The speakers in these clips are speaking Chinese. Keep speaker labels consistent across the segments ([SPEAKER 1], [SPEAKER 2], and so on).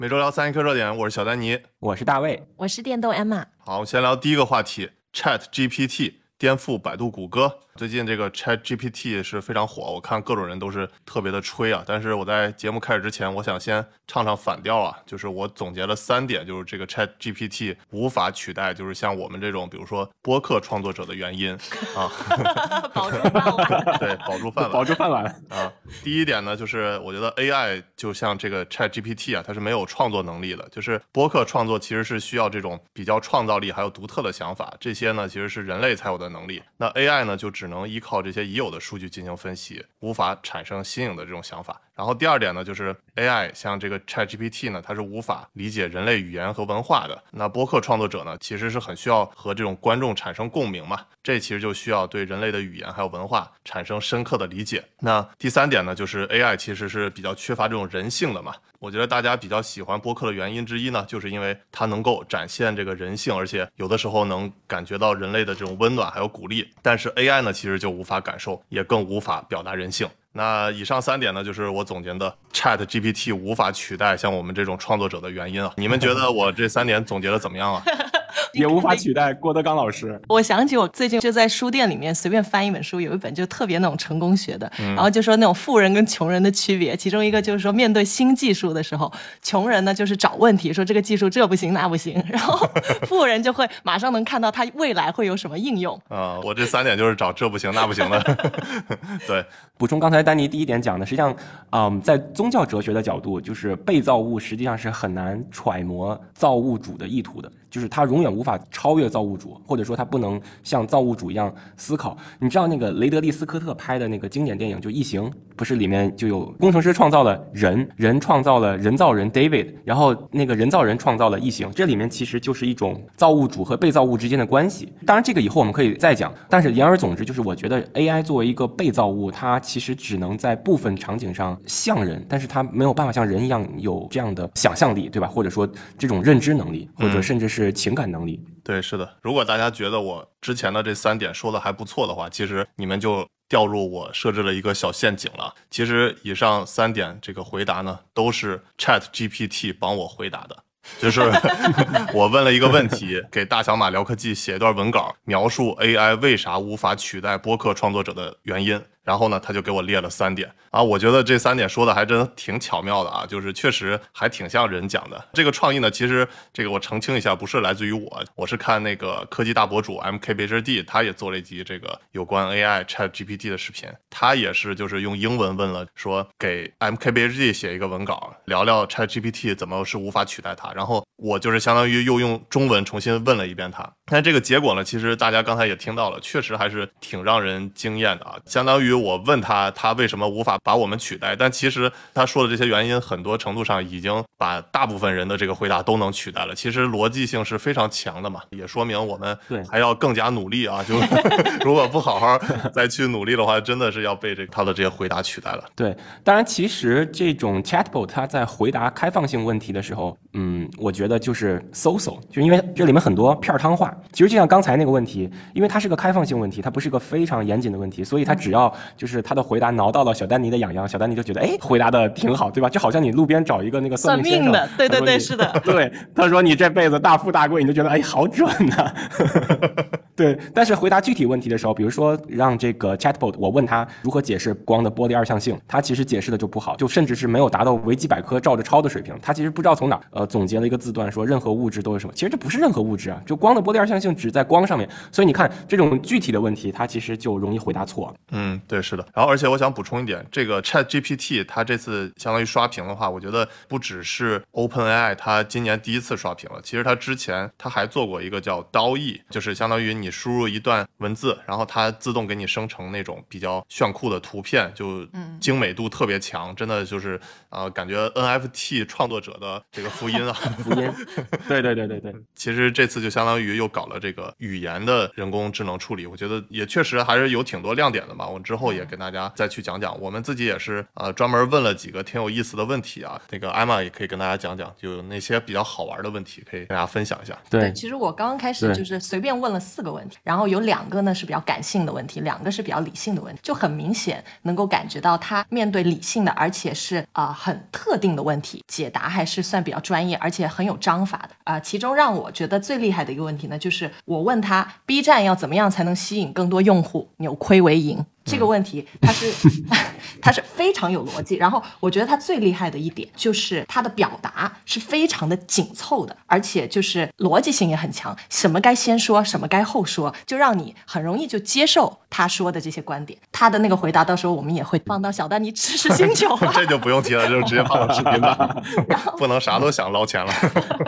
[SPEAKER 1] 每周聊3一刻热点，我是小丹尼，
[SPEAKER 2] 我是大卫，
[SPEAKER 3] 我是电动 Emma。
[SPEAKER 1] 好，先聊第一个话题 ，ChatGPT 颠覆百度、谷歌。最近这个 ChatGPT 是非常火，我看各种人都是特别的吹啊。但是我在节目开始之前，我想先唱唱反调啊，就是我总结了3点，就是这个 ChatGPT 无法取代，就是像我们这种，比如说播客创作者的原因啊。
[SPEAKER 3] 保住饭碗。
[SPEAKER 1] 对，保住饭碗，
[SPEAKER 2] 保住饭碗
[SPEAKER 1] 啊。第一点呢，就是我觉得 AI 就像这个 ChatGPT 啊，它是没有创作能力的。就是播客创作其实是需要这种比较创造力还有独特的想法，这些呢其实是人类才有的能力。那 AI 呢就只能依靠这些已有的数据进行分析，无法产生新颖的这种想法。然后第二点呢，就是 AI 像这个 ChatGPT 呢，它是无法理解人类语言和文化的。那播客创作者呢，其实是很需要和这种观众产生共鸣嘛，这其实就需要对人类的语言还有文化产生深刻的理解。那第3点呢，就是 AI 其实是比较缺乏这种人性的嘛。我觉得大家比较喜欢播客的原因之一呢，就是因为它能够展现这个人性，而且有的时候能感觉到人类的这种温暖还有鼓励。但是 AI 呢，其实就无法感受，也更无法表达人性。那以上3点呢，就是我总结的 ChatGPT 无法取代像我们这种创作者的原因啊。你们觉得我这3点总结的怎么样啊？
[SPEAKER 2] 也无法取代郭德纲老师。
[SPEAKER 3] 我想起我最近就在书店里面随便翻一本书，有一本就特别那种成功学的，然后就说那种富人跟穷人的区别，其中一个就是说面对新技术的时候，穷人呢就是找问题，说这个技术这不行那不行，然后富人就会马上能看到它未来会有什么应用。
[SPEAKER 1] 我这3点就是找这不行那不行的。对，
[SPEAKER 2] 补充刚才丹尼第一点讲的，实际上在宗教哲学的角度，就是被造物实际上是很难揣摩造物主的意图的，就是他永远无法超越造物主，或者说他不能像造物主一样思考。你知道那个雷德利·斯科特拍的那个经典电影就《异形》，不是里面就有工程师创造了人，人创造了人造人 David， 然后那个人造人创造了异形，这里面其实就是一种造物主和被造物之间的关系。当然这个以后我们可以再讲，但是言而总之就是我觉得 AI 作为一个被造物，它其实只能在部分场景上像人，但是它没有办法像人一样有这样的想象力，对吧？或者说这种认知能力，或者甚至是情感能力。
[SPEAKER 1] 对，是的。如果大家觉得我之前的这3点说的还不错的话，其实你们就掉入我设置了一个小陷阱了。其实以上3点这个回答呢，都是 ChatGPT 帮我回答的。就是我问了一个问题，给大小马聊科技写一段文稿，描述 AI 为啥无法取代播客创作者的原因。然后呢，他就给我列了3点啊，我觉得这3点说的还真挺巧妙的啊，就是确实还挺像人讲的。这个创意呢，其实这个我澄清一下，不是来自于我是看那个科技大博主 MKBHD， 他也做了一集这个有关 AI ChatGPT 的视频，他也是就是用英文问了，说给 MKBHD 写一个文稿，聊聊 ChatGPT 怎么是无法取代它，然后我就是相当于又用中文重新问了一遍他。但这个结果呢，其实大家刚才也听到了，确实还是挺让人惊艳的啊。相当于我问他为什么无法把我们取代，但其实他说的这些原因很多程度上已经把大部分人的这个回答都能取代了，其实逻辑性是非常强的嘛，也说明我们还要更加努力啊，就如果不好好再去努力的话，真的是要被他的这些回答取代了。
[SPEAKER 2] 对，当然其实这种 chatbot 它在回答开放性问题的时候，我觉得就是搜，就因为这里面很多片汤话。其实就像刚才那个问题，因为它是个开放性问题，它不是个非常严谨的问题，所以它只要就是他的回答挠到了小丹尼的痒痒，小丹尼就觉得回答的挺好，对吧？就好像你路边找一个那个算命先生
[SPEAKER 3] 的，对对对，是的，
[SPEAKER 2] 对，他说你这辈子大富大贵，你就觉得好准啊。对，但是回答具体问题的时候，比如说让这个 chatbot 我问他如何解释光的波粒二象性，他其实解释的就不好，就甚至是没有达到维基百科照着抄的水平，他其实不知道从哪总结了一个字段说任何物质都是什么，其实这不是任何物质啊，就光的波粒二象性只在光上面，所以你看这种具体的问题他其实就容易回答错。
[SPEAKER 1] 对，是的。然后而且我想补充一点，这个 ChatGPT 它这次相当于刷屏的话，我觉得不只是 OpenAI 它今年第一次刷屏了，其实它之前它还做过一个叫 DALL-E， 就是相当于你输入一段文字，然后它自动给你生成那种比较炫酷的图片，就精美度特别强，真的就是感觉 NFT 创作者的这个福音啊。
[SPEAKER 2] 福音，对对对对对。
[SPEAKER 1] 其实这次就相当于又搞了这个语言的人工智能处理，我觉得也确实还是有挺多亮点的吧。我之后也跟大家再去讲讲，我们自己也是专门问了几个挺有意思的问题啊。那个艾玛也可以跟大家讲讲，就那些比较好玩的问题可以跟大家分享一下。
[SPEAKER 3] 对，其实我刚刚开始就是随便问了4个个问题，然后有2个呢是比较感性的问题，2个是比较理性的问题，就很明显能够感觉到他面对理性的而且是很特定的问题，解答还是算比较专业而且很有章法的其中让我觉得最厉害的一个问题呢，就是我问他 B 站要怎么样才能吸引更多用户，扭亏为盈这个问题，它是非常有逻辑。然后我觉得它最厉害的一点就是它的表达是非常的紧凑的，而且就是逻辑性也很强，什么该先说，什么该后说，就让你很容易就接受他说的这些观点。他的那个回答到时候我们也会放到小丹尼知识星球
[SPEAKER 1] 这就不用提了，就直接放到视频吧不能啥都想捞钱了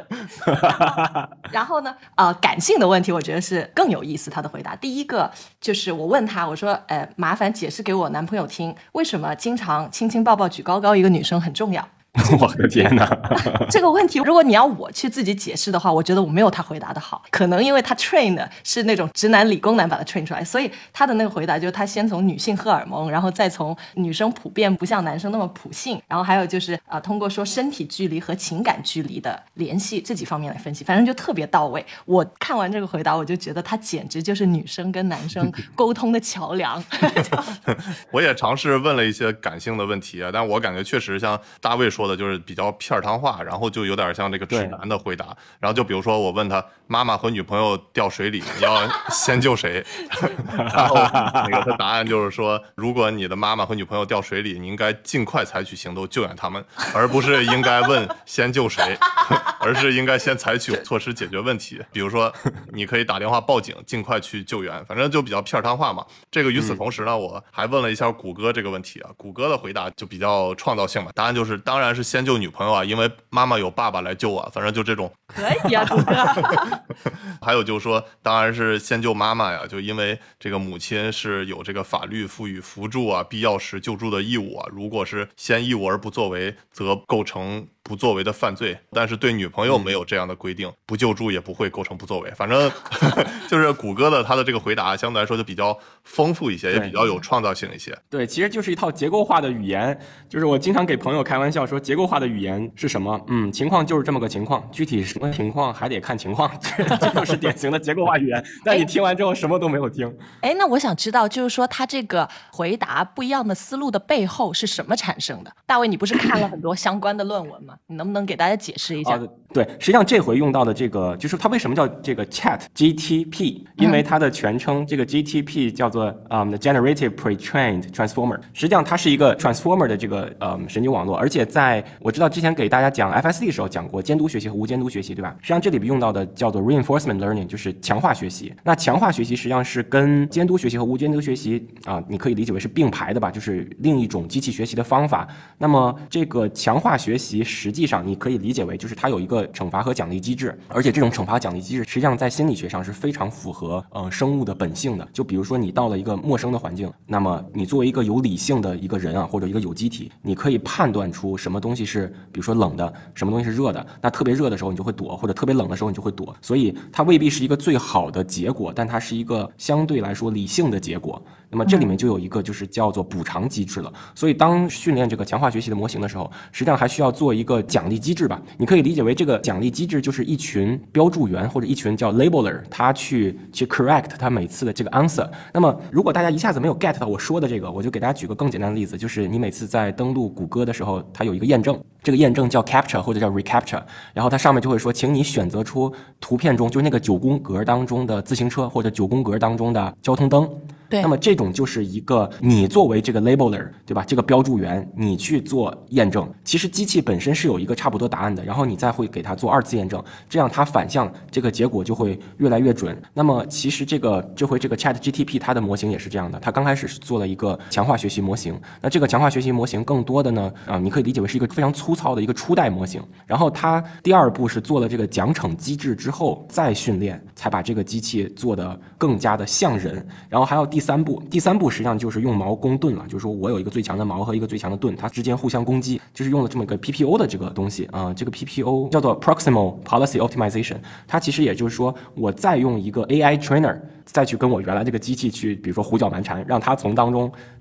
[SPEAKER 3] 然后呢感性的问题我觉得是更有意思。他的回答第一个就是我问他，我说麻烦解释给我男朋友听，为什么经常亲亲抱抱举高高一个女生很重要
[SPEAKER 2] 我的天哪
[SPEAKER 3] 这个问题如果你要我去自己解释的话，我觉得我没有他回答的好，可能因为他 train 的是那种直男理工男把他 train 出来，所以他的那个回答就是他先从女性荷尔蒙，然后再从女生普遍不像男生那么普性，然后还有就是通过说身体距离和情感距离的联系这几方面来分析，反正就特别到位。我看完这个回答我就觉得他简直就是女生跟男生沟通的桥梁
[SPEAKER 1] 我也尝试问了一些感性的问题但我感觉确实像大卫说的就是比较片儿汤话，然后就有点像这个直男的回答。然后就比如说我问他妈妈和女朋友掉水里你要先救谁然后那个他答案就是说，如果你的妈妈和女朋友掉水里，你应该尽快采取行动救援他们，而不是应该问先救谁而是应该先采取措施解决问题，比如说你可以打电话报警尽快去救援，反正就比较片儿汤话嘛。这个与此同时呢我还问了一下谷歌这个问题谷歌的回答就比较创造性嘛，答案就是当然是先救女朋友因为妈妈有爸爸来救我，反正就这种
[SPEAKER 3] 可以谷歌
[SPEAKER 1] 还有就是说当然是先救妈妈就因为这个母亲是有这个法律赋予扶助必要时救助的义务如果是先义务而不作为，则构成不作为的犯罪，但是对女朋友没有这样的规定，不救助也不会构成不作为。反正就是谷歌的他的这个回答相对来说就比较丰富一些，也比较有创造性一些。
[SPEAKER 2] 对，其实就是一套结构化的语言，就是我经常给朋友开玩笑说结构化的语言是什么？情况就是这么个情况，具体什么情况还得看情况这就是典型的结构化语言但你听完之后什么都没有听。
[SPEAKER 3] 那我想知道就是说他这个回答不一样的思路的背后是什么产生的？大卫你不是看了很多相关的论文吗？你能不能给大家解释一下？
[SPEAKER 2] 对，实际上这回用到的这个就是它为什么叫这个 Chat GTP， 因为它的全称这个 GTP 叫做Generative Pre-trained Transformer， 实际上它是一个 Transformer 的这个神经网络，而且在我知道之前给大家讲 FSD 的时候讲过监督学习和无监督学习，对吧？实际上这里边用到的叫做 Reinforcement Learning， 就是强化学习。那强化学习实际上是跟监督学习和无监督学习你可以理解为是并排的吧，就是另一种机器学习的方法。那么这个强化学习实际上你可以理解为就是它有一个惩罚和奖励机制，而且这种惩罚奖励机制实际上在心理学上是非常符合生物的本性的。就比如说你到了一个陌生的环境，那么你作为一个有理性的一个人或者一个有机体，你可以判断出什么东西是比如说冷的，什么东西是热的，那特别热的时候你就会躲，或者特别冷的时候你就会躲，所以它未必是一个最好的结果，但它是一个相对来说理性的结果。那么这里面就有一个就是叫做补偿机制了。所以当训练这个强化学习的模型的时候，实际上还需要做一个奖励机制吧。你可以理解为这个奖励机制就是一群标注员或者一群叫 labeler， 他去 correct 他每次的这个 answer。那么如果大家一下子没有 get 到我说的这个，我就给大家举个更简单的例子，就是你每次在登录谷歌的时候，它有一个验证，这个验证叫 captcha 或者叫 recaptcha， 然后它上面就会说请你选择出图片中就是那个9宫格当中的自行车或者9宫格当中的交通灯。那么这种就是一个你作为这个 labeler， 对吧？这个标注员，你去做验证，其实机器本身是有一个差不多答案的，然后你再会给它做2次验证，这样它反向这个结果就会越来越准。那么其实这回这个 ChatGTP 它的模型也是这样的，它刚开始是做了一个强化学习模型，那这个强化学习模型更多的呢你可以理解为是一个非常粗糙的一个初代模型，然后它第2步是做了这个奖惩机制之后再训练，才把这个机器做得更加的像人。然后还有第3步实际上就是用矛攻盾了，就是说我有一个最强的矛和一个最强的盾，它之间互相攻击，就是用了这么一个 PPO 的这个东西这个 PPO 叫做 Proximal Policy Optimization， 它其实也就是说我再用一个 AI trainer 再去跟我原来这个机器去比如说胡搅蛮缠，让它从当中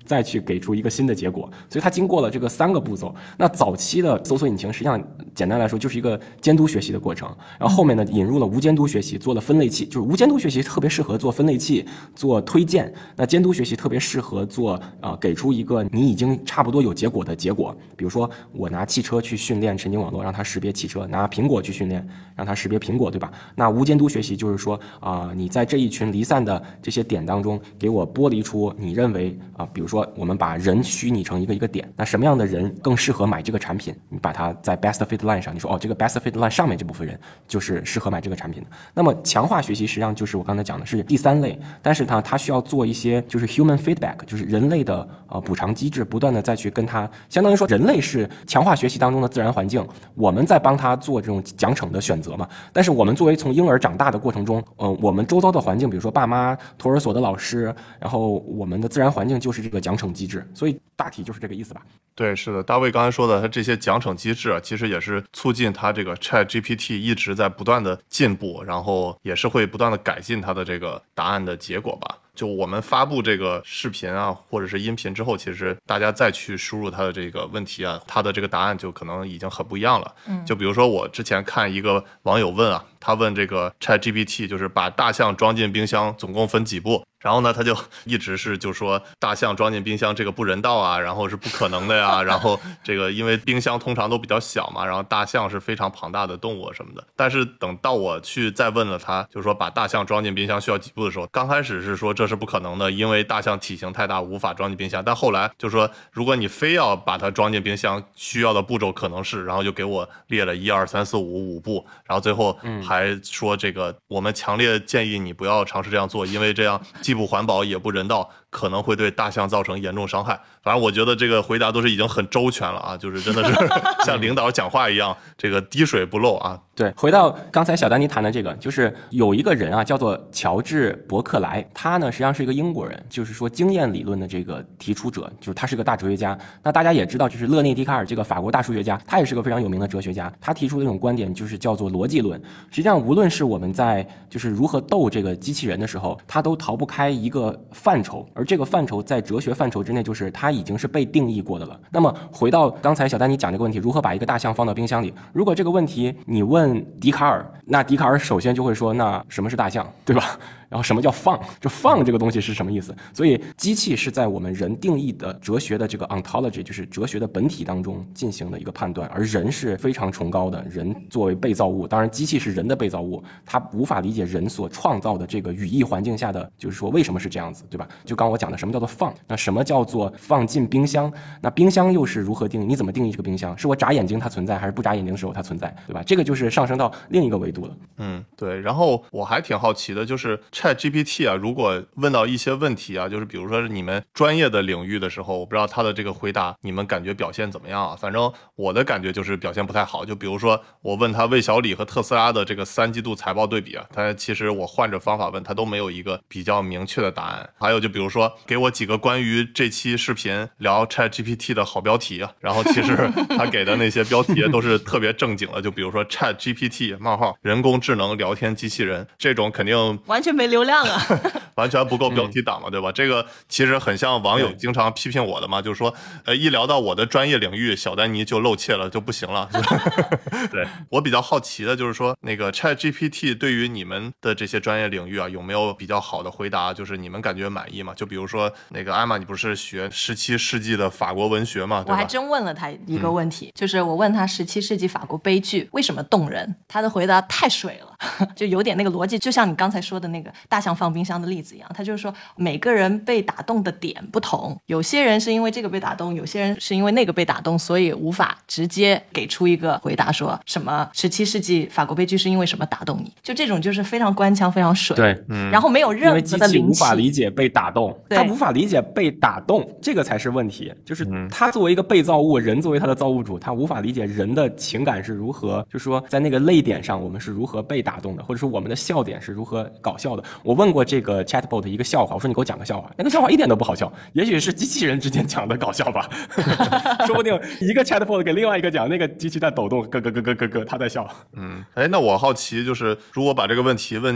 [SPEAKER 2] 再去给出一个新的结果。所以它经过了这个3个步骤。那早期的搜索引擎实际上简单来说就是一个监督学习的过程，然后后面呢引入了无监督学习，做了分类器，就是无监督学习特别适合做分类器、做推荐，那监督学习特别适合做给出一个你已经差不多有结果的结果。比如说我拿汽车去训练神经网络，让它识别汽车；拿苹果去训练，让它识别苹果，对吧？那无监督学习就是说你在这一群离散的这些点当中，给我剥离出你认为比如说我们把人虚拟成一个点，那什么样的人更适合买这个产品？你把它在 best fit line 上，你说这个 best fit line 上面这部分人就是适合买这个产品的。那么强化学习实际上就是我刚才讲的是第3类，但是它需要做一些就是 human feedback， 就是人类的补偿机制，不断的再去跟它，相当于说人类是强化学习当中的自然环境，我们在帮他做这种奖惩的选择嘛。但是我们作为从婴儿长大的过程中，我们周遭的环境，比如说爸妈、托儿所的老师，然后我们的自然环境就是这个奖惩机制，所以大体就是这个意思吧。
[SPEAKER 1] 对，是的，大卫刚才说的，它这些奖惩机制其实也是促进它这个 ChatGPT 一直在不断的进步，然后也是会不断的改进它的这个答案的结果吧。就我们发布这个视频或者是音频之后，其实大家再去输入它的这个问题它的这个答案就可能已经很不一样了。就比如说我之前看一个网友问他问这个 ChatGPT 就是把大象装进冰箱总共分几步，然后呢他就一直是就说大象装进冰箱这个不人道然后是不可能的然后这个因为冰箱通常都比较小嘛，然后大象是非常庞大的动物什么的。但是等到我去再问了他，就是说把大象装进冰箱需要几步的时候，刚开始是说这是不可能的，因为大象体型太大无法装进冰箱，但后来就说如果你非要把它装进冰箱需要的步骤可能是，然后就给我列了1、2、3、4、5步，然后最后还说这个我们强烈建议你不要尝试这样做，因为这样既不环保也不人道，可能会对大象造成严重伤害。反正我觉得这个回答都是已经很周全了就是真的是像领导讲话一样，这个滴水不漏
[SPEAKER 2] 对，回到刚才小丹尼谈的这个，就是有一个人叫做乔治·伯克莱，他呢实际上是一个英国人，就是说经验理论的这个提出者，就是他是个大哲学家。那大家也知道，就是勒内·笛卡尔这个法国大数学家，他也是个非常有名的哲学家，他提出的这种观点就是叫做逻辑论。实际上无论是我们在就是如何斗这个机器人的时候，它都逃不开一个范畴，而这个范畴在哲学范畴之内，就是它已经是被定义过的了。那么回到刚才小丹尼讲这个问题，如何把一个大象放到冰箱里，如果这个问题你问笛卡尔，那笛卡尔首先就会说，那什么是大象，对吧？然后什么叫放，就放这个东西是什么意思？所以机器是在我们人定义的哲学的这个 ontology， 就是哲学的本体当中进行的一个判断，而人是非常崇高的，人作为被造物，当然机器是人的被造物，它无法理解人所创造的这个语义环境下的，就是说为什么是这样子，对吧？就刚我讲的什么叫做放，那什么叫做放进冰箱，那冰箱又是如何定义？你怎么定义这个冰箱？是我眨眼睛它存在，还是不眨眼睛的时候它存在，对吧？这个就是上升到另一个维度了。
[SPEAKER 1] 对。然后我还挺好奇的，就是 ChatGPT 如果问到一些问题就是比如说是你们专业的领域的时候，我不知道它的这个回答你们感觉表现怎么样反正我的感觉就是表现不太好。就比如说我问他魏小李和特斯拉的这个3季度财报对比他其实我换着方法问他都没有一个比较明确的答案。还有就比如说给我几个关于这期视频聊 ChatGPT 的好标题然后其实他给的那些标题都是特别正经的，就比如说 ChatGPT 人工智能聊天机器人，这种肯定
[SPEAKER 3] 完全没流量
[SPEAKER 1] 完全不够标题党嘛，对吧？这个其实很像网友经常批评我的嘛，就是说一聊到我的专业领域，小丹尼就露怯了，就不行了。对，我比较好奇的就是说那个 ChatGPT 对于你们的这些专业领域有没有比较好的回答，就是你们感觉满意吗？就比如说那个艾玛，你不是学17世纪的法国文学嘛，对吧？
[SPEAKER 3] 我还真问了他一个问题，就是我问他17世纪法国悲剧为什么动人，他的回答太水了就有点那个逻辑，就像你刚才说的那个大象放冰箱的例子一样，他就是说每个人被打动的点不同，有些人是因为这个被打动，有些人是因为那个被打动，所以无法直接给出一个回答说什么17世纪法国悲剧是因为什么打动你，就这种就是非常官腔非常水。
[SPEAKER 2] 对，
[SPEAKER 3] 然后没有任何的灵气，
[SPEAKER 2] 因为机器无法理解被打动，他无法理解被打动，这个才是问题。就是他作为一个被造物，人作为他的造物主，他无法理解人的情感是如何，就是说在那个泪点上我们是如何被打动的，或者说我们的笑点是如何搞笑的。我问过这个 chatbot 一个笑话，我说你给我讲个笑话，那个笑话一点都不好笑，也许是机器人之间讲的搞笑吧说不定一个 chatbot 给另外一个讲，那个机器在抖动，咯咯咯咯咯咯，他在笑。
[SPEAKER 1] 那我好奇就是如果把这个问题问你，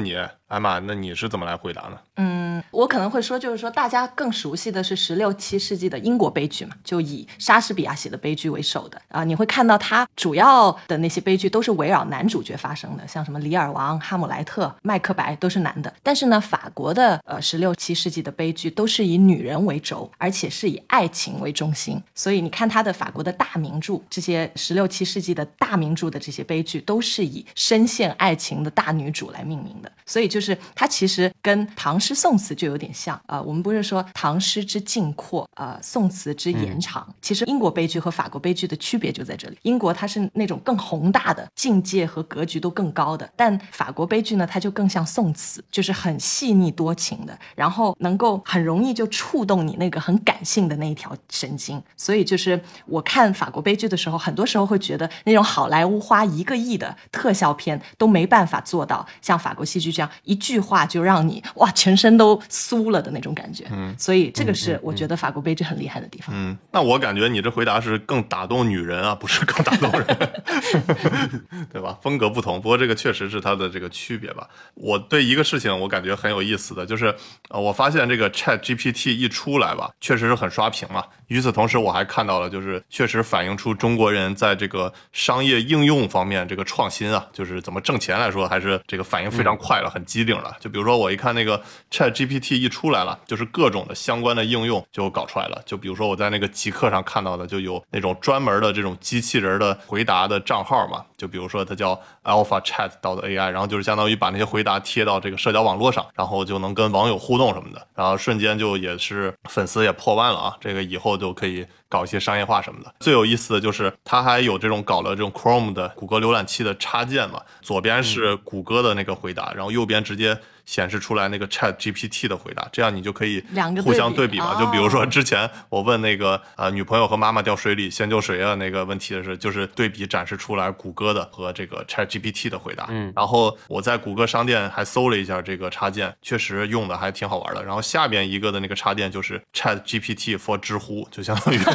[SPEAKER 1] 艾玛，那你是怎么来回答呢？
[SPEAKER 3] 我可能会说，就是说大家更熟悉的是16、17世纪的英国悲剧嘛，就以莎士比亚写的悲剧为首的你会看到他主要的那些悲剧都是围绕男主角发生的，像什么李尔王、哈姆莱特、麦克白都是男的。但是呢，法国的16、17世纪的悲剧都是以女人为轴，而且是以爱情为中心。所以你看他的法国的大名著，这些16、17世纪的大名著的这些悲剧都是以深陷爱情的大女主来命名的。所以就是它其实跟唐诗宋词就有点像我们不是说唐诗之境阔宋词之延长其实英国悲剧和法国悲剧的区别就在这里。英国它是那种更宏大的境界和格局都更高的，但法国悲剧呢，它就更像宋词，就是很细腻多情的，然后能够很容易就触动你那个很感性的那一条神经。所以就是我看法国悲剧的时候，很多时候会觉得那种好莱坞花1个亿的特效片都没办法做到像法国戏剧这样一句话就让你哇全身都酥了的那种感觉。所以这个是我觉得法国悲剧很厉害的地方。
[SPEAKER 1] 那我感觉你这回答是更打动女人啊，不是更打动人对吧？风格不同，不过这个确实是它的这个区别吧。我对一个事情我感觉很有意思的就是我发现这个 ChatGPT 一出来吧，确实是很刷屏嘛。与此同时我还看到了就是确实反映出中国人在这个商业应用方面这个创新啊，就是怎么挣钱来说还是这个反应非常快了，很机灵了。就比如说我一看那个 ChatGPT 一出来了，就是各种的相关的应用就搞出来了。就比如说我在那个极客上看到的就有那种专门的这种机器人的回答的账号嘛，就比如说它叫 AlphaChat.ai， 然后就是相当于把那些回答贴到这个社交网络上，然后就能跟网友互动什么的，然后瞬间就也是粉丝也破万了啊，这个以后就可以搞一些商业化什么的。最有意思的就是它还有这种搞了这种 Chrome 的谷歌浏览器的插件嘛，左边是谷歌的那个回答，然后右边直接显示出来那个 ChatGPT 的回答，这样你就可以互相对比嘛。就比如说之前我问那个女朋友和妈妈掉水里先救谁啊那个问题的是，就是对比展示出来谷歌的和这个 ChatGPT 的回答。然后我在谷歌商店还搜了一下这个插件，确实用的还挺好玩的。然后下边一个的那个插件就是 ChatGPT for 知乎，就相当于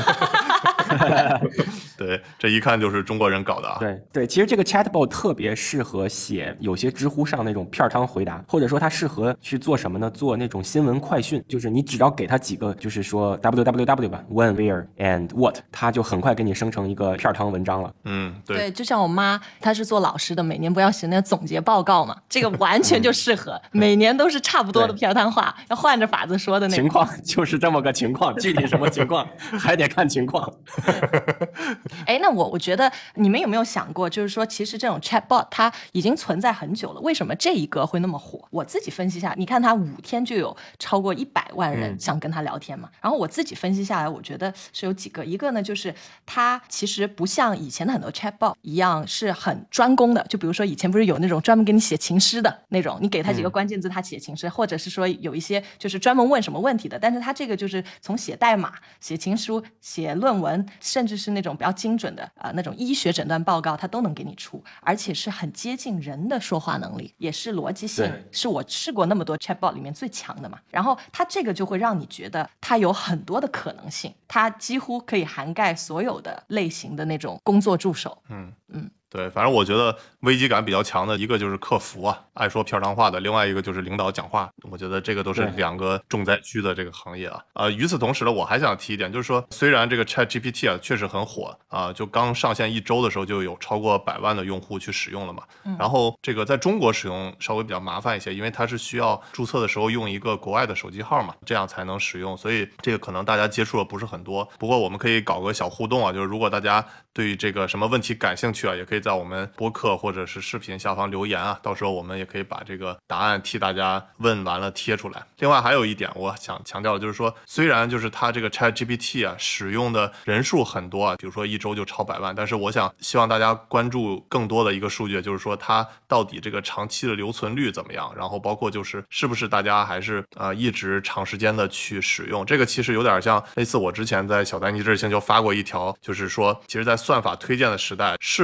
[SPEAKER 1] 对，这一看就是中国人搞的啊。
[SPEAKER 2] 对，其实这个 chatbot 特别适合写有些知乎上那种片汤回答，或者说它适合去做什么呢？做那种新闻快讯，就是你只要给它几个，就是说 www 吧 ，when where and what， 它就很快给你生成一个片汤文章了。
[SPEAKER 3] 对，就像我妈，她是做老师的，每年不要写那个总结报告嘛，这个完全就适合，每年都是差不多的片汤话，要换着法子说的那种
[SPEAKER 2] 情况就是这么个情况，具体什么情况还得看情况。
[SPEAKER 3] 那我觉得你们有没有想过，就是说其实这种 chatbot 它已经存在很久了，为什么这一个会那么火？我自己分析一下，你看它5天就有超过100万人想跟他聊天嘛。然后我自己分析下来，我觉得是有几个，一个呢就是它其实不像以前的很多 chatbot 一样是很专攻的，就比如说以前不是有那种专门给你写情诗的那种，你给他几个关键字他写情诗，或者是说有一些就是专门问什么问题的，但是他这个就是从写代码、写情书、写论文，甚至是那种比较精准的那种医学诊断报告，它都能给你出，而且是很接近人的说话能力，也是逻辑性，是我试过那么多 chatbot 里面最强的嘛。然后它这个就会让你觉得它有很多的可能性，它几乎可以涵盖所有的类型的那种工作助手。
[SPEAKER 1] 对，反正我觉得危机感比较强的一个就是客服啊，爱说片汤话的；另外一个就是领导讲话，我觉得这个都是2个重灾区的这个行业啊。与此同时呢，我还想提一点，就是说虽然这个 ChatGPT 啊确实很火啊，就刚上线1周的时候就有超过100万的用户去使用了嘛。然后这个在中国使用稍微比较麻烦一些，因为它是需要注册的时候用一个国外的手机号嘛，这样才能使用，所以这个可能大家接触的不是很多。不过我们可以搞个小互动啊，就是如果大家对于这个什么问题感兴趣啊，也可以在我们播客或者是视频下方留言啊，到时候我们也可以把这个答案替大家问完了贴出来。另外还有一点我想强调的就是说，虽然就是它这个 ChatGPT 啊使用的人数很多啊，比如说1周就超100万，但是我希望大家关注更多的一个数据，就是说它到底这个长期的留存率怎么样，然后包括就是是不是大家还是一直长时间的去使用。这个其实有点像类似我之前在小丹尼知识星球发过一条，就是说其实在算法推荐的时代，视频的这个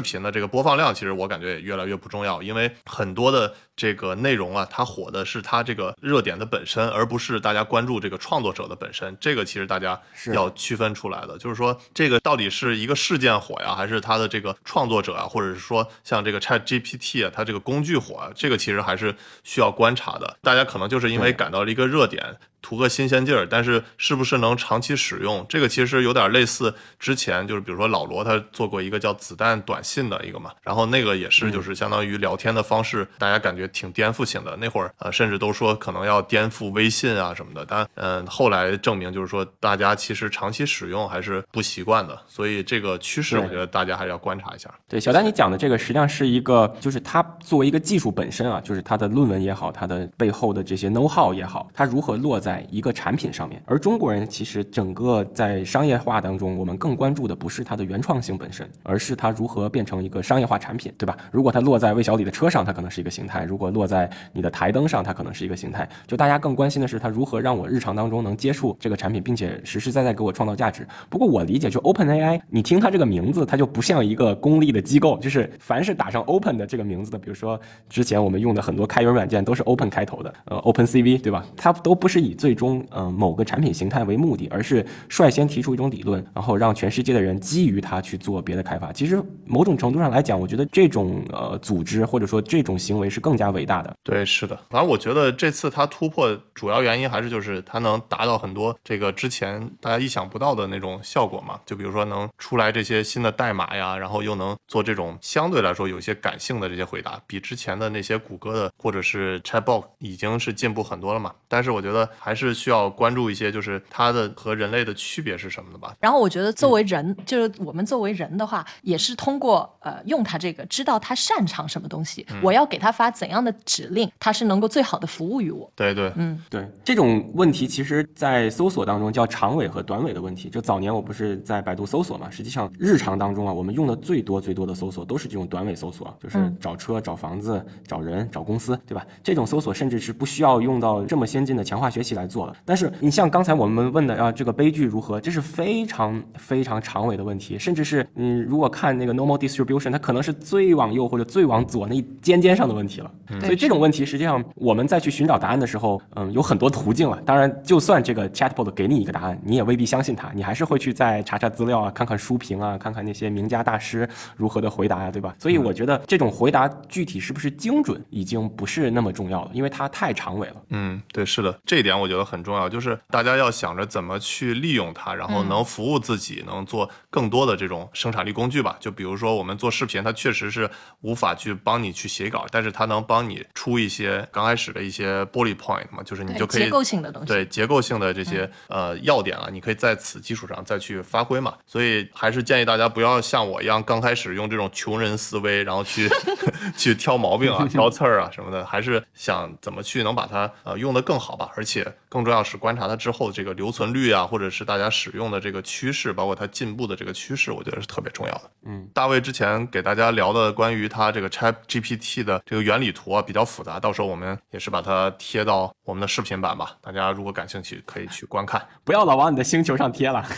[SPEAKER 1] 播放量其实我感觉也越来越不重要，因为很多的这个内容啊，它火的是它这个热点的本身，而不是大家关注这个创作者的本身。这个其实大家要区分出来的，就是说这个到底是一个事件火呀，还是它的这个创作者啊，或者是说像这个 ChatGPT 啊，它这个工具火啊，这个其实还是需要观察的。大家可能就是因为感到了一个热点，图个新鲜劲儿，但是是不是能长期使用，这个其实有点类似之前就是比如说老罗他做过一个叫子弹短信的一个嘛，然后那个也是就是相当于聊天的方式，大家感觉挺颠覆性的，那会儿甚至都说可能要颠覆微信啊什么的，但后来证明就是说大家其实长期使用还是不习惯的，所以这个趋势我觉得大家还是要观察一下。
[SPEAKER 2] 对，小丹你讲的这个实际上是一个，就是它作为一个技术本身啊，就是它的论文也好，它的背后的这些 know how 也好，它如何落在一个产品上面。而中国人其实整个在商业化当中，我们更关注的不是它的原创性本身，而是它如何变成一个商业化产品，对吧？如果它落在魏小李的车上，它可能是一个形态；如果落在你的台灯上，它可能是一个形态。就大家更关心的是它如何让我日常当中能接触这个产品，并且实实在在给我创造价值。不过我理解，就 OpenAI， 你听它这个名字，它就不像一个公立的机构，就是凡是打上 Open 的这个名字的，比如说之前我们用的很多开源软件都是 Open 开头的，OpenCV 对吧？它都不是以最终某个产品形态为目的，而是率先提出一种理论，然后让全世界的人基于它去做别的开发。其实某种程度上来讲，我觉得这种组织或者说这种行为是更加伟大的。
[SPEAKER 1] 对，是的。反正我觉得这次它突破主要原因还是就是它能达到很多这个之前大家意想不到的那种效果嘛，就比如说能出来这些新的代码呀，然后又能做这种相对来说有些感性的这些回答，比之前的那些谷歌的或者是 Chatbot 已经是进步很多了嘛。但是我觉得还是需要关注一些就是它的和人类的区别是什么的吧。
[SPEAKER 3] 然后我觉得作为人，就是我们作为人的话，也是通过用它这个知道他擅长什么东西，我要给他发怎样的指令，他是能够最好的服务于我。
[SPEAKER 1] 对对，
[SPEAKER 2] 对，这种问题其实在搜索当中叫长尾和短尾的问题。就早年我不是在百度搜索嘛，实际上日常当中啊，我们用的最多的搜索都是这种短尾搜索，就是找车、找房子、找人、找公司，对吧？这种搜索甚至是不需要用到这么先进的强化学习来做的。但是你像刚才我们问的这个悲剧如何，这是非常非常长尾的问题，甚至是如果看那个 normal distribution， 它可能是最往右或者最往左那一尖尖上的问题了。所以这种问题实际上我们再去寻找答案的时候，有很多途径了。当然就算这个 chatbot 给你一个答案，你也未必相信它，你还是会去再查查资料啊，看看书评啊，看看那些名家大师如何的回答啊，对吧？所以我觉得这种回答具体是不是精准已经不是那么重要了，因为它太长尾了。
[SPEAKER 1] 对，是的，这一点我觉得很重要，就是大家要想着怎么去利用它，然后能服务自己，能做更多的这种生产力工具吧。就比如说我们做视频，它确实是无法去帮你去写稿，但是它能帮你出一些刚开始的一些bullet point嘛，就是你就可以
[SPEAKER 3] 结构性的东西，
[SPEAKER 1] 对结构性的这些要点啊，你可以在此基础上再去发挥嘛。所以还是建议大家不要像我一样刚开始用这种穷人思维，然后去去挑毛病啊、挑刺儿啊什么的，还是想怎么去能把它用得更好吧。而且更重要是观察它之后这个留存率啊，或者是大家使用的这个趋势，包括它进步的这个趋势，我觉得是特别重要的。大卫之前给大家聊的关于它这个 ChatGPT 的这个原理图啊比较复杂，到时候我们也是把它贴到我们的视频版吧，大家如果感兴趣可以去观看。
[SPEAKER 2] 不要老往你的星球上贴了。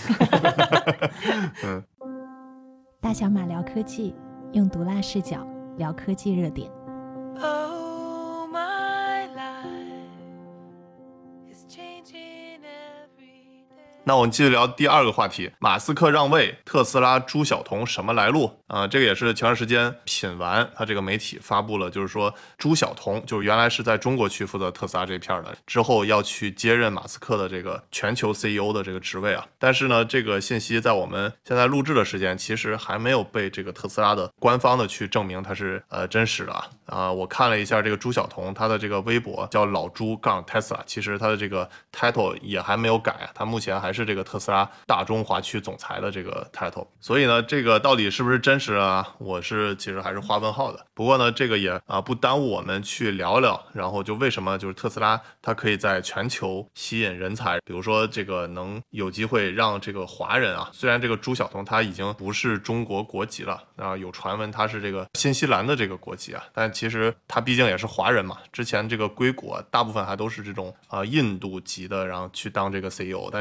[SPEAKER 4] 大小马聊科技，用毒辣视角聊科技热点。
[SPEAKER 1] 那我们继续聊第二个话题，马斯克让位，特斯拉朱晓彤什么来路？这个也是前段时间品玩他这个媒体发布了，就是说朱晓彤就是原来是在中国区负责特斯拉这片的，之后要去接任马斯克的这个全球 CEO 的这个职位啊。但是呢，这个信息在我们现在录制的时间，其实还没有被这个特斯拉的官方的去证明它是真实的啊。我看了一下这个朱晓彤他的这个微博叫老朱杠 Tesla， 其实他的这个 title 也还没有改啊，他目前还是这个特斯拉大中华区总裁的这个 title。所以呢，这个到底是不是真实啊？我是其实还是画问号的。不过呢，这个也不耽误我们去聊聊，然后就为什么就是特斯拉它可以在全球吸引人才，比如说这个能有机会让这个华人啊，虽然这个朱晓彤他已经不是中国国籍了，有传闻他是这个新西兰的这个国籍啊，但其实他毕竟也是华人嘛。之前这个硅谷大部分还都是这种印度籍的，然后去当这个 CEO， 但这次其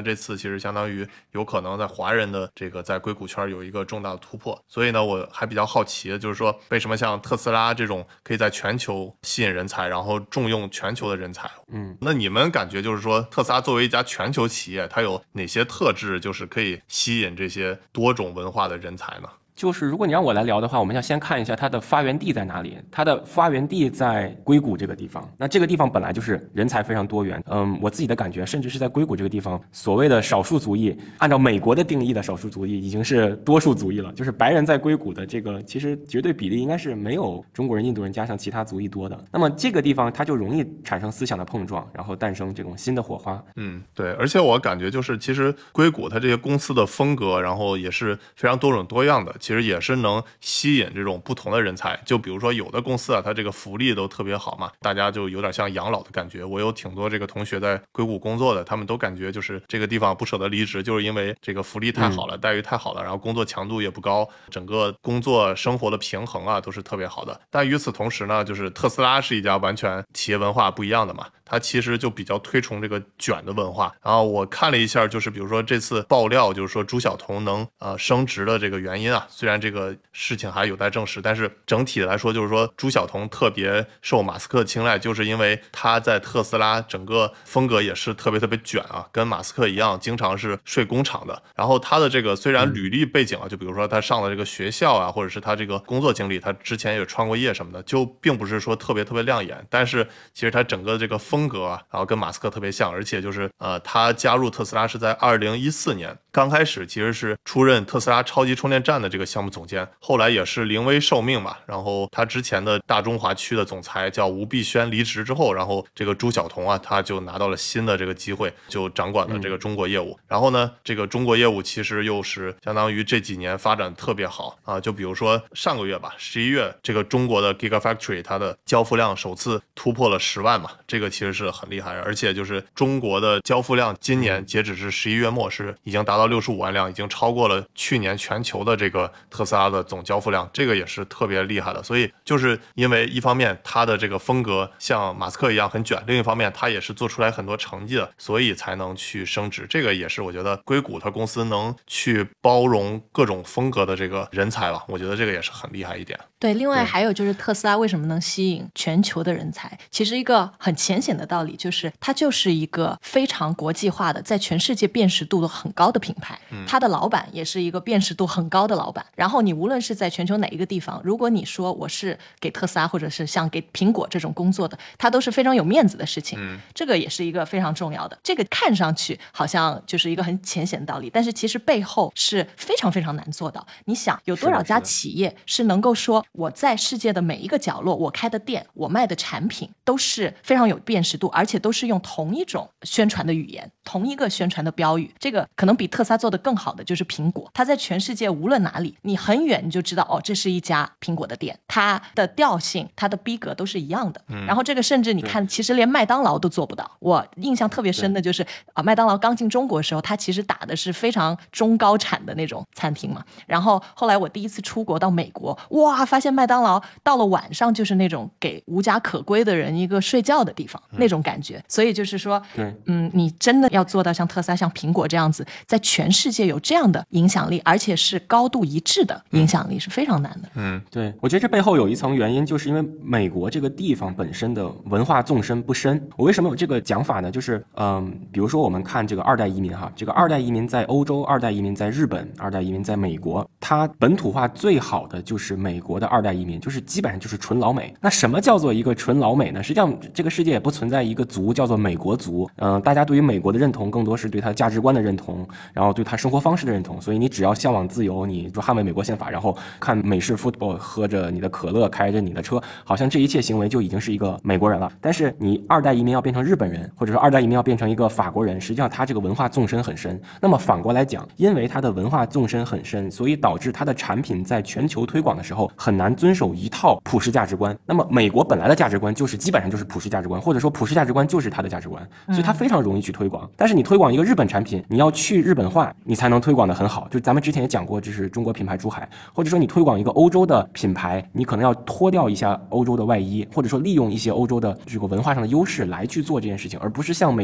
[SPEAKER 1] 实相当于有可能在华人的这个在硅谷圈有一个重大的突破。所以呢，我还比较好奇的就是说，为什么像特斯拉这种可以在全球吸引人才，然后重用全球的人才？那你们感觉就是说，特斯拉作为一家全球企业，它有哪些特质，就是可以吸引这些多种文化的人才呢？
[SPEAKER 2] 就是如果你让我来聊的话，我们要先看一下它的发源地在哪里。它的发源地在硅谷这个地方，那这个地方本来就是人才非常多元。我自己的感觉，甚至是在硅谷这个地方，所谓的少数族裔，按照美国的定义的少数族裔，已经是多数族裔了。就是白人在硅谷的这个，其实绝对比例应该是没有中国人、印度人加上其他族裔多的。那么这个地方它就容易产生思想的碰撞，然后诞生这种新的火花。
[SPEAKER 1] 对，而且我感觉就是其实硅谷它这些公司的风格，然后也是非常多种多样的。其实也是能吸引这种不同的人才，就比如说有的公司啊，它这个福利都特别好嘛，大家就有点像养老的感觉。我有挺多这个同学在硅谷工作的，他们都感觉就是这个地方不舍得离职，就是因为这个福利太好了，待遇太好了，然后工作强度也不高，整个工作生活的平衡啊都是特别好的。但与此同时呢，就是特斯拉是一家完全企业文化不一样的嘛，它其实就比较推崇这个卷的文化。然后我看了一下，就是比如说这次爆料，就是说朱晓彤能升职的这个原因啊，虽然这个事情还有待证实，但是整体来说，就是说朱晓彤特别受马斯克青睐，就是因为他在特斯拉整个风格也是特别卷啊，跟马斯克一样，经常是睡工厂的。然后他的这个虽然履历背景啊，就比如说他上了这个学校啊，或者是他这个工作经历，他之前也穿过业什么的，就并不是说特别亮眼，但是其实他整个这个风格啊，然后跟马斯克特别像，而且就是他加入特斯拉是在2014年，刚开始其实是出任特斯拉超级充电站的这个项目总监，后来也是临危受命嘛。然后他之前的大中华区的总裁叫吴碧轩离职之后，然后这个朱晓彤啊，他就拿到了新的这个机会，就掌管了这个中国业务。然后呢，这个中国业务其实又是相当于这几年发展特别好啊，就比如说上个月吧，11月这个中国的 Gigafactory 它的交付量首次突破了10万嘛，这个其实是很厉害。而且就是中国的交付量今年截止是11月末是已经达到65万辆，已经超过了去年全球的这个特斯拉的总交付量，这个也是特别厉害的。所以就是因为一方面他的这个风格像马斯克一样很卷，另一方面他也是做出来很多成绩的，所以才能去升职。这个也是我觉得硅谷它公司能去包容各种风格的这个人才吧，我觉得这个也是很厉害一点。
[SPEAKER 3] 对，另外还有就是特斯拉为什么能吸引全球的人才，其实一个很浅显的道理就是它就是一个非常国际化的，在全世界辨识度都很高的品牌，它的老板也是一个辨识度很高的老板。然后你无论是在全球哪一个地方，如果你说我是给特斯拉或者是像给苹果这种工作的，它都是非常有面子的事情，这个也是一个非常重要的。这个看上去好像就是一个很浅显的道理，但是其实背后是非常难做到。你想有多少家企业是能够说我在世界的每一个角落，我开的店，我卖的产品都是非常有辨识度，而且都是用同一种宣传的语言，同一个宣传的标语。这个可能比特斯拉做的更好的就是苹果，它在全世界无论哪里，你很远你就知道哦，这是一家苹果的店，它的调性它的逼格都是一样的。然后这个甚至你看其实连麦当劳都做不到。我印象特别深的就是麦当劳刚进中国的时候，它其实打的是非常中高产的那种餐厅嘛。然后后来我第一次出国到美国，哇，发现麦当劳到了晚上就是那种给无家可归的人一个睡觉的地方，那种感觉。所以就是说你真的要做到像特斯拉像苹果这样子，在全世界有这样的影响力，而且是高度一致的影响力，是非常难的。
[SPEAKER 2] 对，我觉得这背后有一层原因，就是因为美国这个地方本身的文化纵深不深。我为什么有这个讲法呢？就是比如说我们看这个二代移民哈，这个二代移民在欧洲，二代移民在日本，二代移民在美国，它本土化最好的就是美国的二代移民，就是基本上就是纯老美。那什么叫做一个纯老美呢？实际上这个世界也不存在一个族叫做美国族，大家对于美国的认同更多是对他价值观的认同，然后对他生活方式的认同。所以你只要向往自由，你说捍卫美国宪法，然后看美式 football， 喝着你的可乐，开着你的车，好像这一切行为就已经是一个美国人了。但是你二代移民要变成日本人，或者说二代移民要变成一个法国人，实际上他这个文化纵深很深。那么反过来讲，因为他的文化纵深很深，所以导致他的产品在全球推广的时候很难遵守一套普世价值观。那么美国本来的价值观就是基本上就是普世价值观，或者说普世价值观就是他的价值观，所以他非常容易去推广。但是你推广一个日本产品，你要去日本化，你才能推广的很好。就咱们之前也讲过，这是中国品牌珠海，或者说你推广一个欧洲的品牌，你可能要脱掉一下欧洲的外衣，或者说利用一些欧洲的这个文化上的优势来去做这件事情，而不是像美国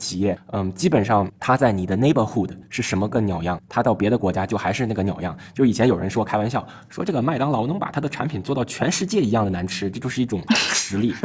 [SPEAKER 2] 企业，基本上它在你的 neighborhood 是什么个鸟样，它到别的国家就还是那个鸟样。就以前有人说开玩笑说这个麦当劳能把它的产品做到全世界一样的难吃，这就是一种实力。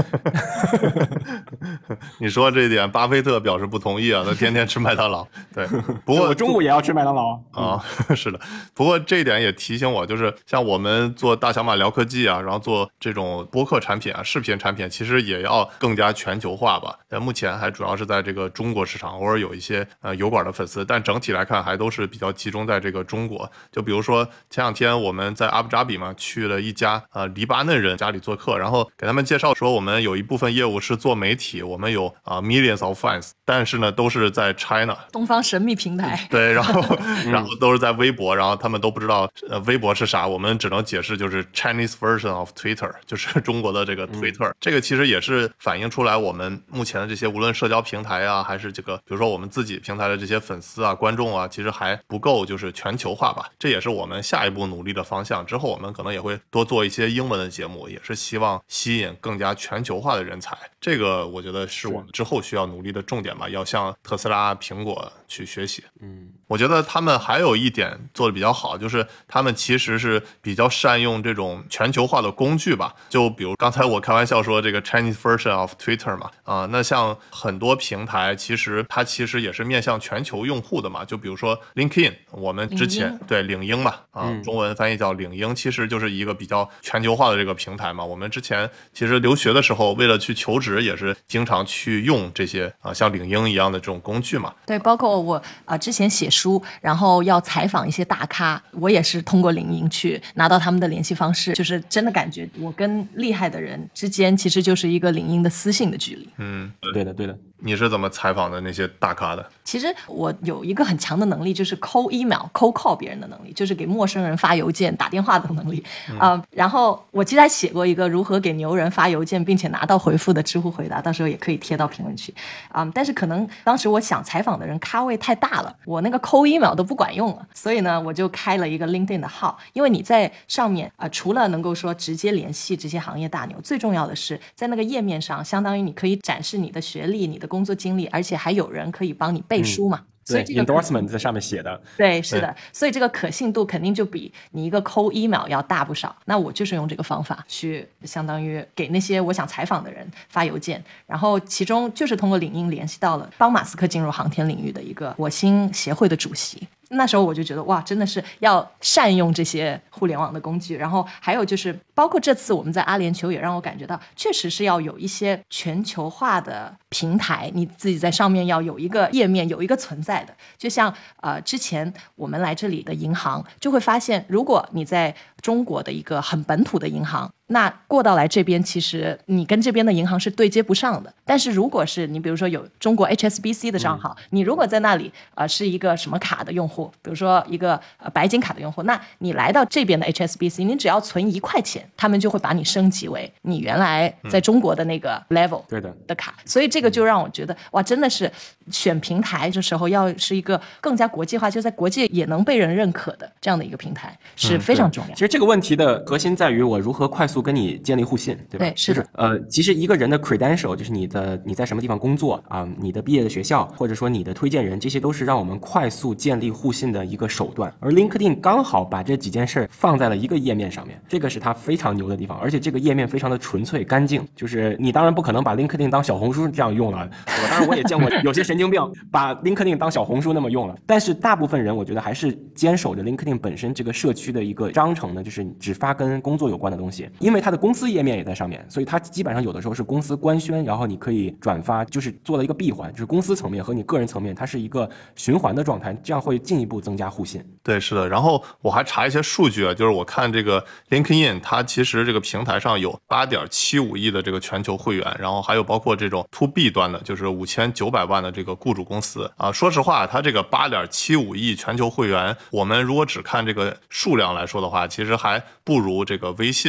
[SPEAKER 1] 你说这一点，巴菲特表示不同意啊，他天天吃麦当劳。对，不过
[SPEAKER 2] 我中午也要吃麦当劳
[SPEAKER 1] 啊，是的。不过这一点也提醒我，就是像我们做大小马聊科技啊，然后做这种播客产品啊、视频产品，其实也要更加全球化吧。但目前还主要是在这个中国市场，偶尔有一些油管的粉丝，但整体来看还都是比较集中在这个中国。就比如说前两天我们在阿布扎比嘛，去了一家黎巴嫩人家里做客，然后给他们介绍说我们有一部分业务是做媒体，我们有millions of fans， 但是呢都是在 China
[SPEAKER 3] 东方神秘平台。
[SPEAKER 1] 对，然后都是在微博，然后他们都不知道微博是啥，我们只能解释就是 Chinese version of Twitter， 就是中国的这个 Twitter。这个其实也是反映出来我们目前的这些无论社交平台啊，还是这个比如说我们自己平台的这些粉丝啊、观众啊，其实还不够就是全球化吧。这也是我们下一步努力的方向。之后我们可能也会多做一些英文的节目，也是希望吸引更加全球化的人才。这个我觉得是我们之后需要努力的重点吧，要向特斯拉、苹果去学习。我觉得他们还有一点做的比较好，就是他们其实是比较善用这种全球化的工具吧。就比如刚才我开玩笑说这个 Chinese version of Twitter 嘛，那像很多平台它其实也是面向全球用户的嘛。就比如说 LinkedIn， 我们之前对领英嘛，中文翻译叫领英，其实就是一个比较全球化的这个平台嘛。我们之前其实留学的时候，为了去求职，也是经常去用这些像领英一样的这种工具嘛。
[SPEAKER 3] 对，包括我之前写书，然后要采访一些大咖，我也是通过领英去拿到他们的联系方式，就是真的感觉我跟厉害的人之间其实就是一个领英的私信的距离。
[SPEAKER 2] 对的对的。
[SPEAKER 1] 你是怎么采访的那些大咖的？
[SPEAKER 3] 其实我有一个很强的能力，就是 cold call 别人的能力，就是给陌生人发邮件、打电话的能力。然后我其实还写过一个如何给牛人发邮件并且拿到回复的知乎回答，到时候也可以贴到评论区。但是可能当时我想采访的人咖位太大了，我那个 cold email 都不管用了，所以呢我就开了一个 LinkedIn 的号。因为你在上面除了能够说直接联系这些行业大牛，最重要的是在那个页面上，相当于你可以展示你的学历、你的工作经历，而且还有人可以帮你背书嘛。所以这个
[SPEAKER 2] endorsement 在上面写的。
[SPEAKER 3] 对，是的。所以这个可信度肯定就比你一个cold email要大不少。那我就是用这个方法去相当于给那些我想采访的人发邮件，然后其中就是通过领英联系到了帮马斯克进入航天领域的一个火星协会的主席。那时候我就觉得哇，真的是要善用这些互联网的工具。然后还有就是包括这次我们在阿联酋也让我感觉到，确实是要有一些全球化的平台，你自己在上面要有一个页面，有一个存在的。就像之前我们来这里的银行就会发现，如果你在中国的一个很本土的银行，那过到来这边其实你跟这边的银行是对接不上的。但是如果是你比如说有中国 HSBC 的账号，你如果在那里是一个什么卡的用户，比如说一个白金卡的用户，那你来到这边的 HSBC， 你只要存1块钱，他们就会把你升级为你原来在中国的那个 level 的卡。所以这个就让我觉得哇，真的是选平台这时候要是一个更加国际化，就在国际也能被人认可的这样的一个平台是非常重要。
[SPEAKER 2] 其实这个问题的核心在于我如何快速跟你建立互信，对吧？
[SPEAKER 3] 对，是的。
[SPEAKER 2] 其实一个人的 credential 就是你在什么地方工作你的毕业的学校，或者说你的推荐人，这些都是让我们快速建立互信的一个手段。而 LinkedIn 刚好把这几件事放在了一个页面上面，这个是它非常牛的地方。而且这个页面非常的纯粹干净，就是你当然不可能把 LinkedIn 当小红书这样用了，当然我也见过有些神经病把 LinkedIn 当小红书那么用了，但是大部分人我觉得还是坚守着 LinkedIn 本身这个社区的一个章程呢，就是只发跟工作有关的东西。因为它的公司页面也在上面，所以它基本上有的时候是公司官宣，然后你可以转发，就是做了一个闭环，就是公司层面和你个人层面它是一个循环的状态，这样会进一步增加互信。
[SPEAKER 1] 对，是的。然后我还查一些数据就是我看这个 LinkedIn 它其实这个平台上有 8.75 亿的这个全球会员，然后还有包括这种 to B 端的，就是5900万的这个雇主公司说实话，它这个 8.75 亿全球会员，我们如果只看这个数量来说的话，其实还不如这个微信，对吧？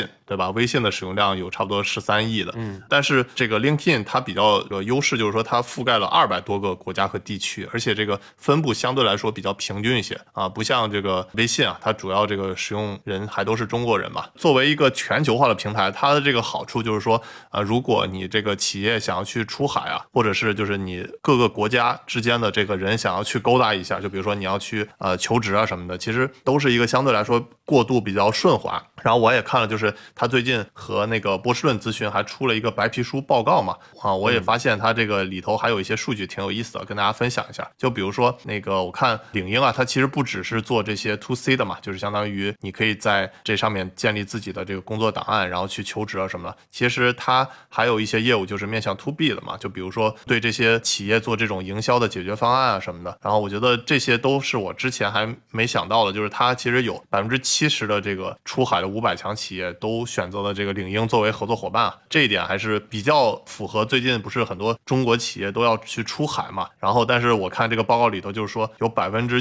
[SPEAKER 1] 微信的使用量有差不多13亿的。但是这个 LinkedIn 它比较有优势，就是说它覆盖了200多个国家和地区，而且这个分布相对来说比较平均一些啊，不像这个微信啊，它主要这个使用人还都是中国人嘛。作为一个全球化的平台，它的这个好处就是说，如果你这个企业想要去出海啊，或者是就是你各个国家之间的这个人想要去勾搭一下，就比如说你要去求职啊什么的，其实都是一个相对来说过渡比较顺滑。然后我也看了，就是他最近和那个波士顿咨询还出了一个白皮书报告嘛，我也发现他这个里头还有一些数据挺有意思的，跟大家分享一下。就比如说那个我看领英啊，它其实不只是做这些 to C 的嘛，就是相当于你可以在这上面建立自己的这个工作档案，然后去求职啊什么的。其实它还有一些业务就是面向 to B 的嘛，就比如说对这些企业做这种营销的解决方案啊什么的。然后我觉得这些都是我之前还没想到的，就是它其实有70%的这个出海的500强企业都选择了这个领英作为合作伙伴啊，这一点还是比较符合最近不是很多中国企业都要去出海嘛。然后但是我看这个报告里头就是说有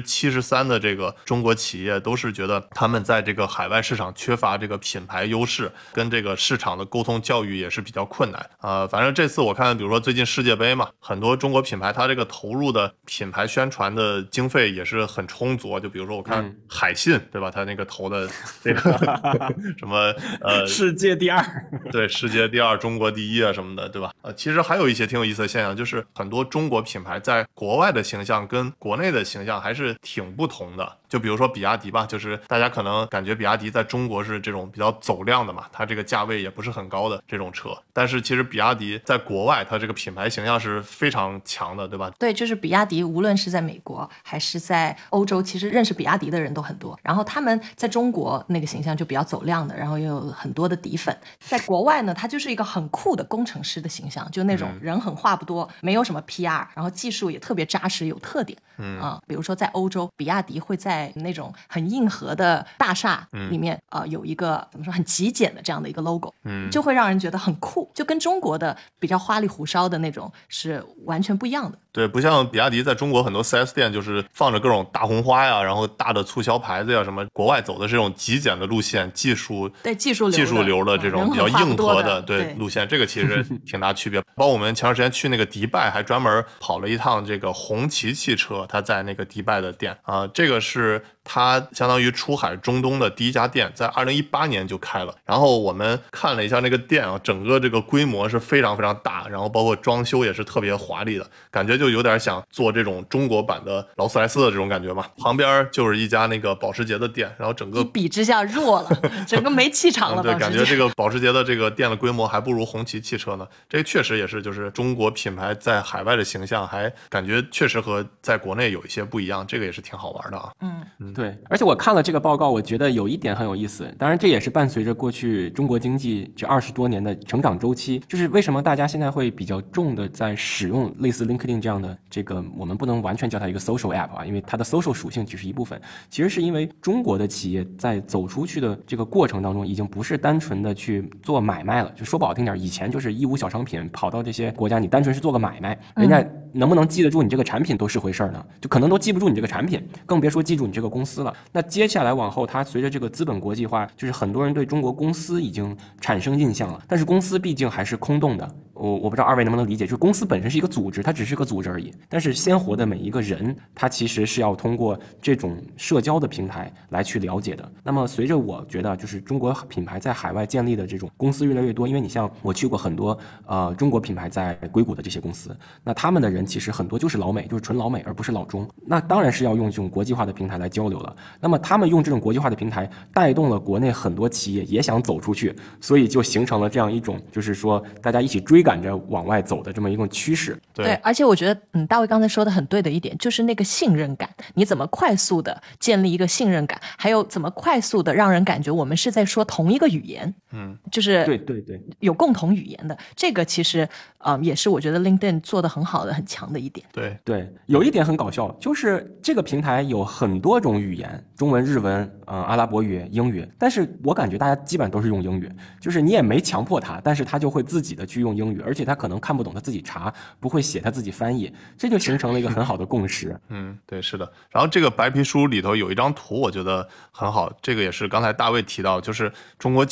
[SPEAKER 1] 73%的这个中国企业都是觉得他们在这个海外市场缺乏这个品牌优势，跟这个市场的沟通教育也是比较困难反正这次我看比如说最近世界杯嘛，很多中国品牌它这个投入的品牌宣传的经费也是很充足，就比如说我看海信对吧，它那个投的这个什么
[SPEAKER 2] 世界第2，
[SPEAKER 1] 对，世界第2，中国第1啊什么的，对吧？其实还有一些挺有意思的现象，就是很多中国品牌在国外的形象跟国内的形象还是挺不同的。就比如说比亚迪吧，就是大家可能感觉比亚迪在中国是这种比较走量的嘛，它这个价位也不是很高的这种车，但是其实比亚迪在国外它这个品牌形象是非常强的，对吧？
[SPEAKER 3] 对，就是比亚迪无论是在美国还是在欧洲，其实认识比亚迪的人都很多，然后他们在中国那个形象就比较走量的，然后又有很多的底粉。在国外呢，它就是一个很酷的工程师的形象，就那种人狠话不多，没有什么 PR， 然后技术也特别扎实有特点。比如说在欧洲，比亚迪会在那种很硬核的大厦里面有一个怎么说很极简的这样的一个 logo，就会让人觉得很酷，就跟中国的比较花里胡哨的那种是完全不一样的。
[SPEAKER 1] 对，不像比亚迪在中国很多 4S 店就是放着各种大红花呀，然后大的促销牌子呀什么，国外走的这种极简的路线，技术流的这种比较硬核的对路线，这个其实挺大区别。包括我们前段时间去那个迪拜，还专门跑了一趟这个红旗汽车，它在那个迪拜的店这个是它相当于出海中东的第一家店，在2018年就开了。然后我们看了一下那个店整个这个规模是非常非常大，然后包括装修也是特别华丽的，感觉就有点想做这种中国版的劳斯莱斯的这种感觉嘛。旁边就是一家那个保时捷的店，然后整个
[SPEAKER 3] 一比之下弱了，整个没气场了。
[SPEAKER 1] 对，感觉这个保时捷的这个店的规模还不如红旗汽车呢。这个确实也是，就是中国品牌在海外的形象，还感觉确实和在国内有一些不一样，这个也是挺好玩的啊。
[SPEAKER 2] 对，而且我看了这个报告，我觉得有一点很有意思。当然，这也是伴随着过去中国经济这20多年的成长周期，就是为什么大家现在会比较重的在使用类似 LinkedIn 这样的这个，我们不能完全叫它一个 social app 啊，因为它的 social 属性只是一部分。其实是因为中国的企业在走出去的这个过程当中，已经不是单纯的去做买卖了。就说不好听点，以前就是义乌小商品跑到这些国家，你单纯是做个买卖，人家能不能记得住你这个产品都是回事呢？就可能都记不住你这个产品，更别说记住你这个公司了。那接下来往后，它随着这个资本国际化，就是很多人对中国公司已经产生印象了，但是公司毕竟还是空洞的。我不知道二位能不能理解，就是公司本身是一个组织，它只是个组织而已，但是鲜活的每一个人，他其实是要通过这种社交的平台来去了解的。那么随着我觉得就是中国品牌在海外建立的这种公司越来越多，因为你像我去过很多中国品牌在硅谷的这些公司，那他们的人其实很多就是老美，就是纯老美，而不是老中。那当然是要用这种国际化的平台来交流了。那么他们用这种国际化的平台带动了国内很多企业也想走出去，所以就形成了这样一种就是说大家一起追赶着往外走的这么一个趋势。
[SPEAKER 3] 对，而且我觉得大卫刚才说的很对的一点，就是那个信任感，你怎么快速的建立一个信任感，还有怎么快速的让人感觉我们是在说同一个语言，就是对有共同语言的，这个其实也是我觉得 LinkedIn 做得很好的很强的一点。
[SPEAKER 2] 对，有一点很搞笑，就是这个平台有很多种语言，中文、日文、阿拉伯语、英语，但是我感觉大家基本都是用英语，就是你也没强迫他，但是他就会自己的去用英语，而且他可能看不懂他自己查，不会写他自己翻译，这就形成了一个很好的共识。
[SPEAKER 1] 对，是的。然后这个白皮书里头有一张图，我觉得很好，这个也是刚才大卫提到，就是中国企业国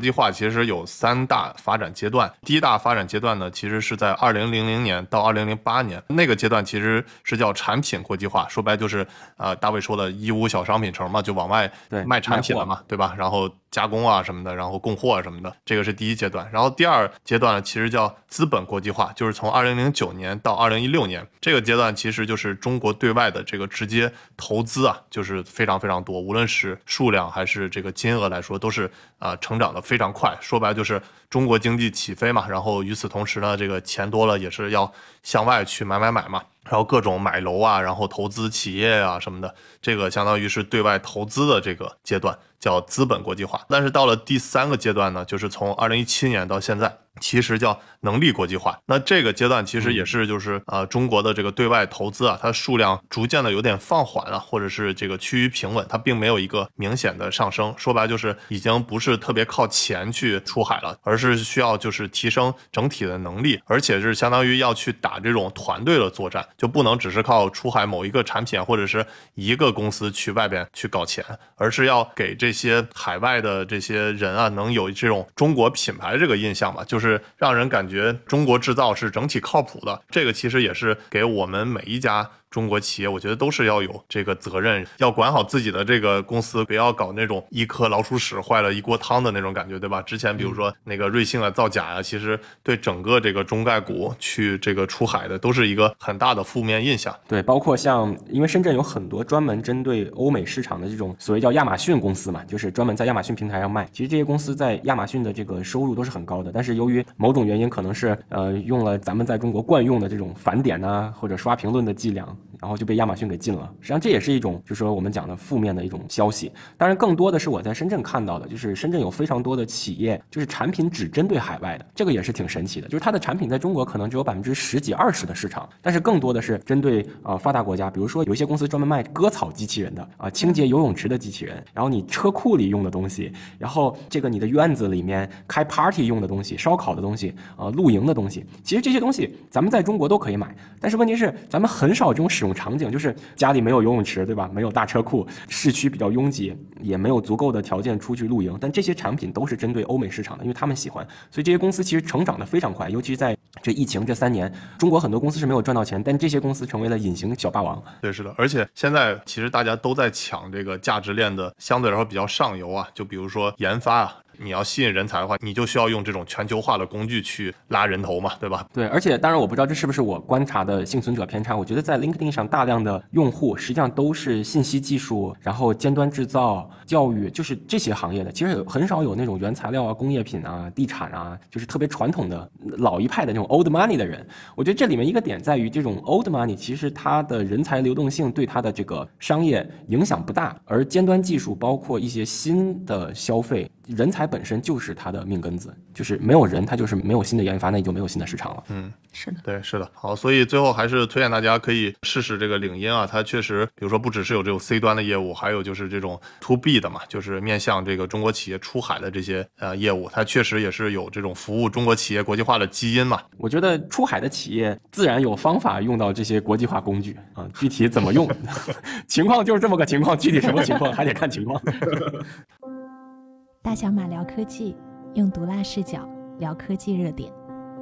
[SPEAKER 1] 际化其实有3大发展阶段。第一大发展阶段呢，其实是在2000年到2008年，那个阶段其实是叫产品国际化，说白就是大卫说的义乌小商品城嘛，就往外卖产品了嘛，对吧？然后加工啊什么的，然后供货啊什么的，这个是第一阶段。然后第二阶段呢，其实叫资本国际化，就是从2009年到2016年，这个阶段其实就是中国对外的这个直接投资啊，就是非常非常多，无论是数量还是这个金额来说，都是成长的非常快。说白就是中国经济起飞嘛，然后与此同时呢，这个钱多了也是要向外去买嘛。然后各种买楼啊，然后投资企业啊什么的，这个相当于是对外投资的这个阶段，叫资本国际化。但是到了第3个阶段呢，就是从2017年到现在，其实叫能力国际化。那这个阶段其实也是就是中国的这个对外投资啊，它数量逐渐的有点放缓了，或者是这个趋于平稳，它并没有一个明显的上升。说白就是已经不是特别靠钱去出海了，而是需要就是提升整体的能力，而且是相当于要去打这种团队的作战，就不能只是靠出海某一个产品或者是一个公司去外边去搞钱，而是要给这些海外的这些人啊，能有这种中国品牌这个印象吧，就是让人感觉中国制造是整体靠谱的。这个其实也是给我们每一家中国企业，我觉得都是要有这个责任，要管好自己的这个公司，不要搞那种一颗老鼠屎坏了一锅汤的那种感觉，对吧？之前比如说那个瑞幸啊造假啊，其实对整个这个中概股去这个出海的都是一个很大的负面印象。
[SPEAKER 2] 对，包括像因为深圳有很多专门针对欧美市场的这种所谓叫亚马逊公司嘛，就是专门在亚马逊平台上卖。其实这些公司在亚马逊的这个收入都是很高的，但是由于某种原因，可能是用了咱们在中国惯用的这种返点啊或者刷评论的伎俩，然后就被亚马逊给禁了。实际上这也是一种就是说我们讲的负面的一种消息。当然更多的是我在深圳看到的，就是深圳有非常多的企业就是产品只针对海外的，这个也是挺神奇的，就是它的产品在中国可能只有10%几20%的市场，但是更多的是针对发达国家。比如说有一些公司专门卖割草机器人的清洁游泳池的机器人，然后你车库里用的东西，然后这个你的院子里面开 party 用的东西，烧烤的东西露营的东西，其实这些东西咱们在中国都可以买，但是问题是咱们很少这种使用场景，就是家里没有游泳池，对吧？没有大车库，市区比较拥挤，也没有足够的条件出去露营，但这些产品都是针对欧美市场的，因为他们喜欢，所以这些公司其实成长得非常快，尤其在这疫情这3年，中国很多公司是没有赚到钱，但这些公司成为了隐形小霸王。
[SPEAKER 1] 对，是的，而且现在其实大家都在抢这个价值链的相对来说比较上游啊，就比如说研发啊，你要吸引人才的话，你就需要用这种全球化的工具去拉人头嘛，对吧？
[SPEAKER 2] 对，而且当然我不知道这是不是我观察的幸存者偏差，我觉得在 LinkedIn 上大量的用户实际上都是信息技术，然后尖端制造、教育，就是这些行业的，其实很少有那种原材料啊、工业品啊、地产啊，就是特别传统的老一派的那种 old money 的人。我觉得这里面一个点在于，这种 old money 其实它的人才流动性对它的这个商业影响不大，而尖端技术包括一些新的消费，人才本身就是它的命根子，就是没有人，它就是没有新的研发，那你就没有新的市场了。
[SPEAKER 3] 是的，
[SPEAKER 1] 对，是的。好，所以最后还是推荐大家可以试试这个领英啊，它确实，比如说不只是有这种 C 端的业务，还有就是这种 To B 的嘛，就是面向这个中国企业出海的这些业务，它确实也是有这种服务中国企业国际化的基因嘛。
[SPEAKER 2] 我觉得出海的企业自然有方法用到这些国际化工具啊，具体怎么用，情况就是这么个情况，具体什么情况还得看情况。
[SPEAKER 4] 大小马聊科技，用毒辣视角聊科技热点。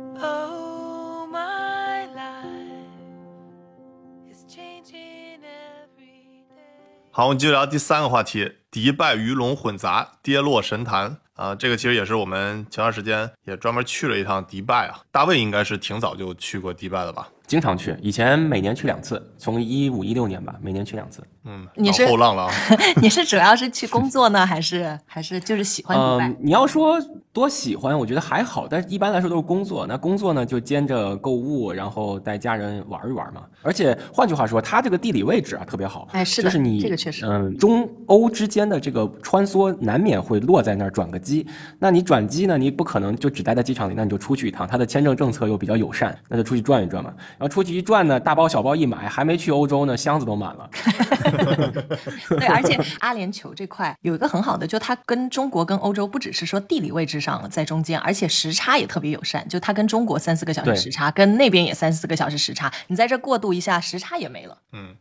[SPEAKER 1] 好，我们继续聊第3个话题，迪拜鱼龙混杂，跌落神坛啊，这个其实也是我们前段时间也专门去了一趟迪拜啊。大卫应该是挺早就去过迪拜了吧？
[SPEAKER 2] 经常去，以前每年去2次，从15、16年吧，每年去2次。
[SPEAKER 3] 你是
[SPEAKER 1] 后浪了啊！
[SPEAKER 3] 你是主要是去工作呢，还是就是喜欢迪拜？
[SPEAKER 2] 你要说多喜欢，我觉得还好，但是一般来说都是工作。那工作呢，就兼着购物，然后带家人玩一玩嘛。而且换句话说，它这个地理位置啊特别好，
[SPEAKER 3] 哎，是的，
[SPEAKER 2] 就是你
[SPEAKER 3] 这个确实，
[SPEAKER 2] 中欧之间的这个穿梭难免会落在那儿转个机。那你转机呢，你不可能就只待在机场里，那你就出去一趟。它的签证政策又比较友善，那就出去转一转嘛。然后出去一转呢，大包小包一买，还没去欧洲呢，箱子都满了。
[SPEAKER 3] 对，而且阿联酋这块有一个很好的，就它跟中国跟欧洲不只是说地理位置上在中间，而且时差也特别友善，就它跟中国3、4个小时时差，跟那边也3、4个小时时差，你在这过渡一下，时差也没了。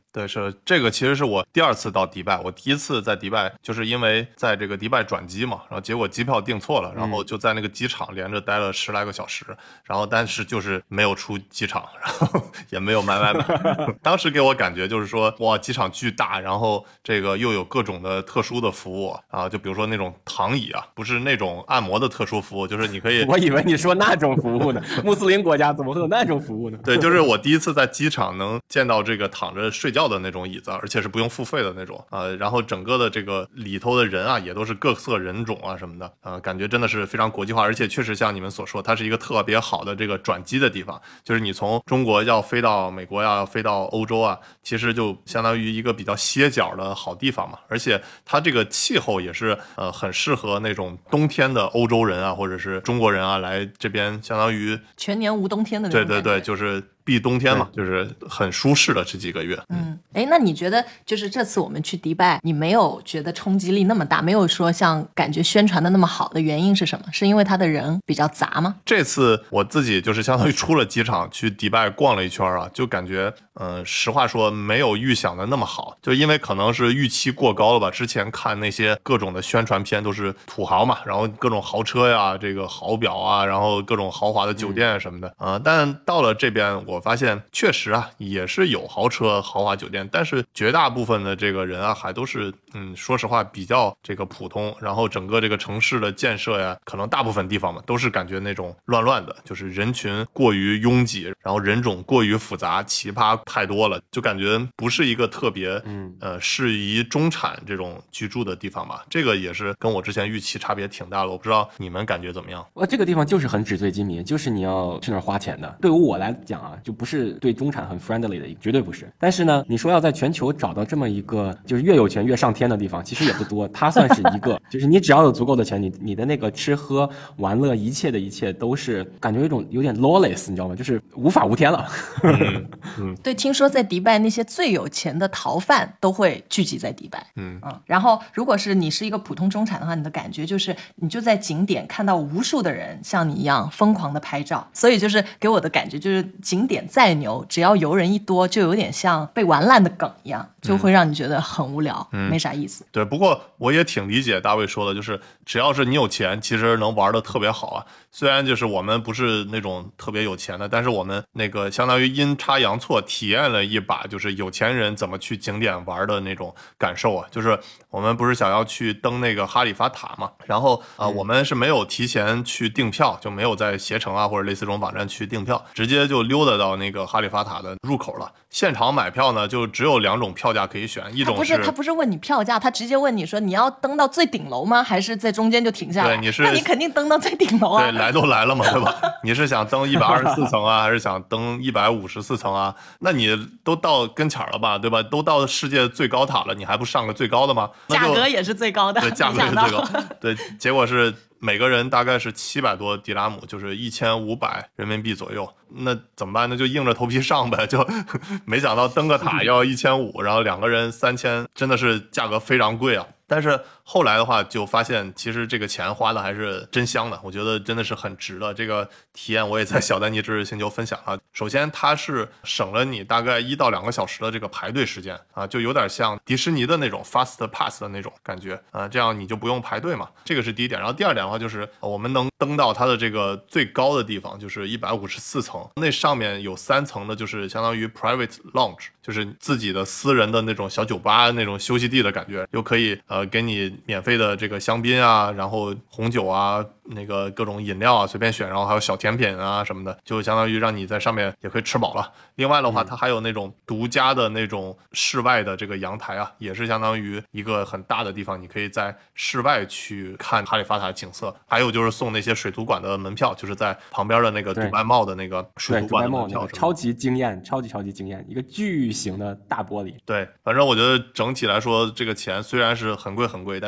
[SPEAKER 1] 对，是这个，其实是我第2次到迪拜。我第1次在迪拜，就是因为在这个迪拜转机嘛，然后结果机票订错了，然后就在那个机场连着待了10来个小时，然后但是就是没有出机场，然后也没有买。当时给我感觉就是说，哇，机场巨大，然后这个又有各种的特殊的服务啊，就比如说那种躺椅啊，不是那种按摩的特殊服务，就是你可以，
[SPEAKER 2] 我以为你说那种服务呢，穆斯林国家怎么会有那种服务呢？
[SPEAKER 1] 对，就是我第1次在机场能见到这个躺着睡觉的那种椅子，而且是不用付费的那种然后整个的这个里头的人啊，也都是各色人种啊什么的感觉真的是非常国际化，而且确实像你们所说，它是一个特别好的这个转机的地方，就是你从中国要飞到美国呀，要飞到欧洲啊，其实就相当于一个比较歇脚的好地方嘛，而且它这个气候也是很适合那种冬天的欧洲人啊，或者是中国人啊来这边，相当于
[SPEAKER 3] 全年无冬天的那种感觉。
[SPEAKER 1] 对，就是避冬天嘛，就是很舒适的这几个月。
[SPEAKER 3] 那你觉得就是这次我们去迪拜，你没有觉得冲击力那么大，没有说像感觉宣传的那么好的原因是什么？是因为它的人比较杂吗？
[SPEAKER 1] 这次我自己就是相当于出了机场去迪拜逛了一圈啊，就感觉实话说没有预想的那么好，就因为可能是预期过高了吧。之前看那些各种的宣传片都是土豪嘛，然后各种豪车呀，这个豪表啊，然后各种豪华的酒店什么的但到了这边我发现确实啊也是有豪车豪华酒店，但是绝大部分的这个人啊还都是说实话比较这个普通，然后整个这个城市的建设呀，可能大部分地方嘛都是感觉那种乱乱的，就是人群过于拥挤，然后人种过于复杂，奇葩太多了，就感觉不是一个特别适宜中产这种居住的地方吧。这个也是跟我之前预期差别挺大的，我不知道你们感觉怎么样。
[SPEAKER 2] 这个地方就是很纸醉金迷，就是你要去那儿花钱的。对于我来讲啊，就不是对中产很 friendly 的，绝对不是。但是呢，你说要在全球找到这么一个就是越有钱越上天的地方，其实也不多。它算是一个，就是你只要有足够的钱，你的那个吃喝玩乐一切的一切都是感觉有点 lawless， 你知道吗？就是无法无天了。
[SPEAKER 3] 对，听说在迪拜那些最有钱的逃犯都会聚集在迪拜。然后如果是你是一个普通中产的话，你的感觉就是你就在景点看到无数的人像你一样疯狂的拍照，所以就是给我的感觉就是景点再牛，只要游人一多，就有点像被玩烂的梗一样，就会让你觉得很无聊，没啥意思。
[SPEAKER 1] 对，不过我也挺理解大卫说的，就是只要是你有钱，其实能玩的特别好啊。虽然就是我们不是那种特别有钱的，但是我们那个相当于阴差阳错体验了一把就是有钱人怎么去景点玩的那种感受啊。就是我们不是想要去登那个哈利法塔嘛，然后我们是没有提前去订票，就没有在携程啊或者类似这种网站去订票，直接就溜达到那个哈利法塔的入口了。现场买票呢，就只有2种票价可以选，一种
[SPEAKER 3] 他不是问你票价，他直接问你说你要登到最顶楼吗？还是在中间就停下来？
[SPEAKER 1] 对，
[SPEAKER 3] 那你肯定登到最顶楼啊。
[SPEAKER 1] 对，来都来了嘛，对吧？你是想登124层啊，还是想登154层啊？那你都到跟前了吧，对吧？都到世界最高塔了，你还不上个最高的吗？
[SPEAKER 3] 价格也是最高的，
[SPEAKER 1] 对，价格是最高。对，结果是每个人大概是700多迪拉姆，就是1500人民币左右。那怎么办呢？就硬着头皮上呗。就没想到登个塔要1500，然后2个人3000，真的是价格非常贵啊。但是后来的话就发现，其实这个钱花的还是真香的，我觉得真的是很值的。这个体验我也在小丹尼知识星球分享了。首先它是省了你大概1到2个小时的这个排队时间啊，就有点像迪士尼的那种 fast pass 的那种感觉啊，这样你就不用排队嘛，这个是第一点。然后第二点的话就是我们能登到它的这个最高的地方，就是154层，那上面有3层的，就是相当于 private lounge， 就是自己的私人的那种小酒吧那种休息地的感觉，又可以给你免费的这个香槟啊，然后红酒啊，那个各种饮料啊随便选，然后还有小甜品啊什么的，就相当于让你在上面也可以吃饱了。另外的话它还有那种独家的那种室外的这个阳台啊，也是相当于一个很大的地方，你可以在室外去看哈利法塔景色。还有就是送那些水族馆的门票，就是在旁边的那个杜拜茂的那个水族馆的门票，
[SPEAKER 2] 超级惊艳，超级惊艳，一个巨型的大玻璃。
[SPEAKER 1] 对，反正我觉得整体来说这个钱虽然是很贵，但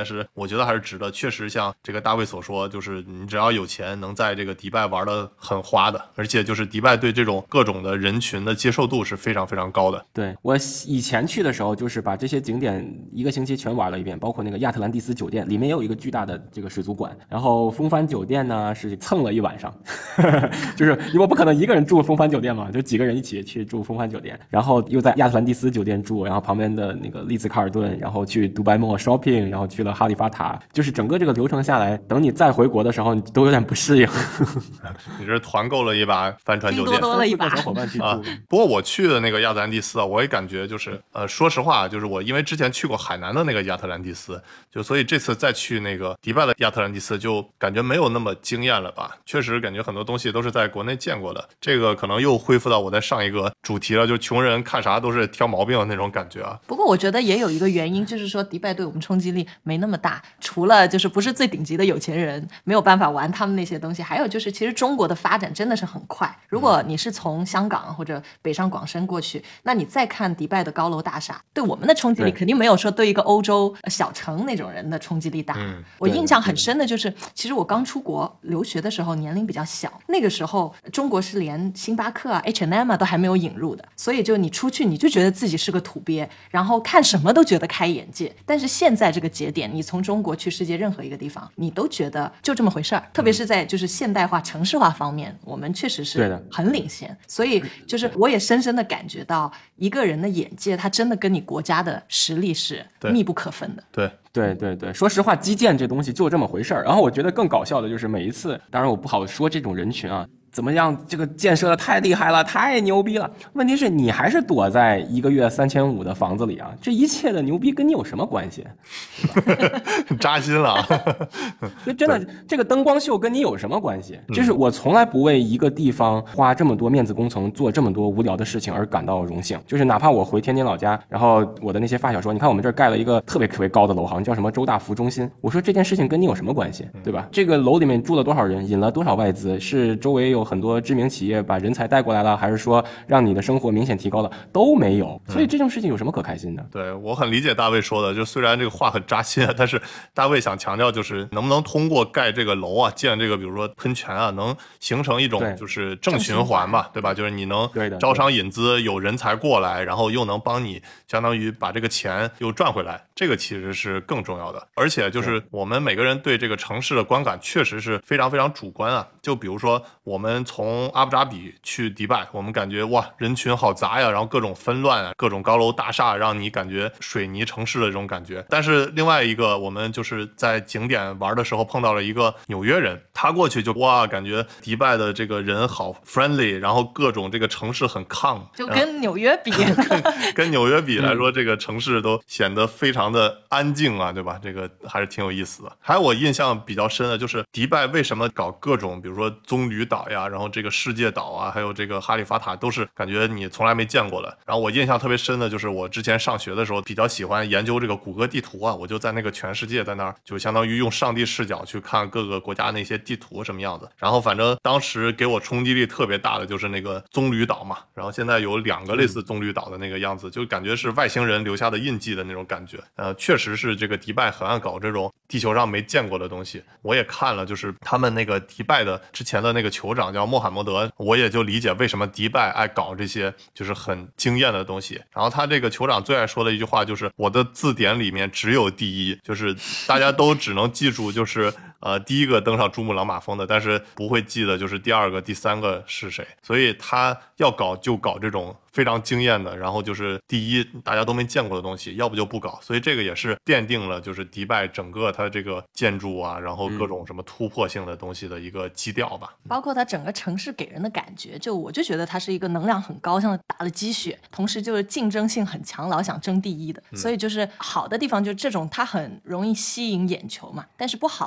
[SPEAKER 1] 但是我觉得还是值得。确实像这个大卫所说，就是你只要有钱，能在这个迪拜玩得很花的，而且就是迪拜对这种各种的人群的接受度是非常非常高的。
[SPEAKER 2] 对，我以前去的时候，就是把这些景点一个星期全玩了一遍，包括那个亚特兰蒂斯酒店，里面也有一个巨大的这个水族馆。然后风帆酒店呢是蹭了一晚上，就是因为我不可能一个人住风帆酒店嘛，就几个人一起去住风帆酒店，然后又在亚特兰蒂斯酒店住，然后旁边的那个丽兹卡尔顿，然后去杜拜 Mall shopping， 然后去了哈利法塔，就是整个这个流程下来，等你再回国的时候，你都有点不适应。
[SPEAKER 1] 你这团购了一把帆船酒店，
[SPEAKER 3] 拼多多了一把
[SPEAKER 2] 小伙伴去住。
[SPEAKER 1] 不过我去的那个亚特兰蒂斯啊，我也感觉就是说实话，就是我因为之前去过海南的那个亚特兰蒂斯，就所以这次再去那个迪拜的亚特兰蒂斯，就感觉没有那么惊艳了吧。确实感觉很多东西都是在国内见过的，这个可能又恢复到我在上一个主题了，就穷人看啥都是挑毛病的那种感觉啊。
[SPEAKER 3] 不过我觉得也有一个原因，就是说迪拜对我们冲击力没那么大，除了就是不是最顶级的有钱人没有办法玩他们那些东西，还有就是其实中国的发展真的是很快。如果你是从香港或者北上广深过去，那你再看迪拜的高楼大厦，对我们的冲击力肯定没有说对一个欧洲小城那种人的冲击力大。我印象很深的就是，其实我刚出国留学的时候年龄比较小，那个时候中国是连星巴克啊、H&M 啊都还没有引入的，所以就你出去你就觉得自己是个土鳖，然后看什么都觉得开眼界。但是现在这个节点，你从中国去世界任何一个地方，你都觉得就这么回事儿。特别是在就是现代化、城市化方面，我们确实是很领先。所以就是我也深深的感觉到，一个人的眼界，他真的跟你国家的实力是密不可分的。
[SPEAKER 2] 对，说实话，基建这东西就这么回事儿。然后我觉得更搞笑的就是每一次，当然我不好说这种人群啊，怎么样这个建设的太厉害了，太牛逼了。问题是你还是躲在一个月3500的房子里啊，这一切的牛逼跟你有什么关系？
[SPEAKER 1] 扎心了。
[SPEAKER 2] 就真的这个灯光秀跟你有什么关系？就是我从来不为一个地方花这么多面子工程做这么多无聊的事情而感到荣幸。就是哪怕我回天津老家，然后我的那些发小说，你看我们这儿盖了一个特别高的楼，好像叫什么周大福中心。我说这件事情跟你有什么关系，对吧？这个楼里面住了多少人，引了多少外资，是周围有很多知名企业把人才带过来了，还是说让你的生活明显提高了？都没有。所以这种事情有什么可开心的？
[SPEAKER 1] 对，我很理解大卫说的，就虽然这个话很扎心，但是大卫想强调就是能不能通过盖这个楼啊，建这个比如说喷泉啊，能形成一种就是正循环吧，对吧？就是你能招商引资，有人才过来，然后又能帮你相当于把这个钱又赚回来，这个其实是更重要的。而且就是我们每个人对这个城市的观感确实是非常非常主观啊。就比如说我们从阿布扎比去迪拜，我们感觉哇人群好杂呀，然后各种纷乱啊，各种高楼大厦，让你感觉水泥城市的这种感觉。但是另外一个我们就是在景点玩的时候碰到了一个纽约人，他过去就哇感觉迪拜的这个人好 friendly， 然后各种这个城市很 calm，
[SPEAKER 3] 就跟纽约比
[SPEAKER 1] 跟纽约比来说，这个城市都显得非常的安静啊，对吧？这个还是挺有意思的。还有我印象比较深的就是迪拜为什么搞各种比如说棕榈岛呀，然后这个世界岛啊，还有这个哈利法塔，都是感觉你从来没见过的。然后我印象特别深的就是我之前上学的时候比较喜欢研究这个谷歌地图啊，我就在那个全世界在那儿就相当于用上帝视角去看各个国家那些地图什么样子。然后反正当时给我冲击力特别大的就是那个棕榈岛嘛，然后现在有2个类似棕榈岛的那个样子，就感觉是外星人留下的印记的那种感觉。确实是这个迪拜很爱搞这种地球上没见过的东西。我也看了，就是他们那个迪拜的之前的那个酋长叫穆罕默德，我也就理解为什么迪拜爱搞这些就是很惊艳的东西。然后他这个酋长最爱说的一句话就是我的字典里面只有第一，就是大家都只能记住就是第一个登上珠穆朗玛峰的，但是不会记得就是第2个第3个是谁。所以他要搞就搞这种非常惊艳的，然后就是第一大家都没见过的东西，要不就不搞。所以这个也是奠定了就是迪拜整个它这个建筑啊，然后各种什么突破性的东西的一个基调吧。
[SPEAKER 3] 包括它整个城市给人的感觉，我就觉得它是一个能量很高，像打了鸡血，同时就是竞争性很强，老想争第一的。所以就是好的地方就这种，它很容易吸引眼球嘛。但是不好的呢，就是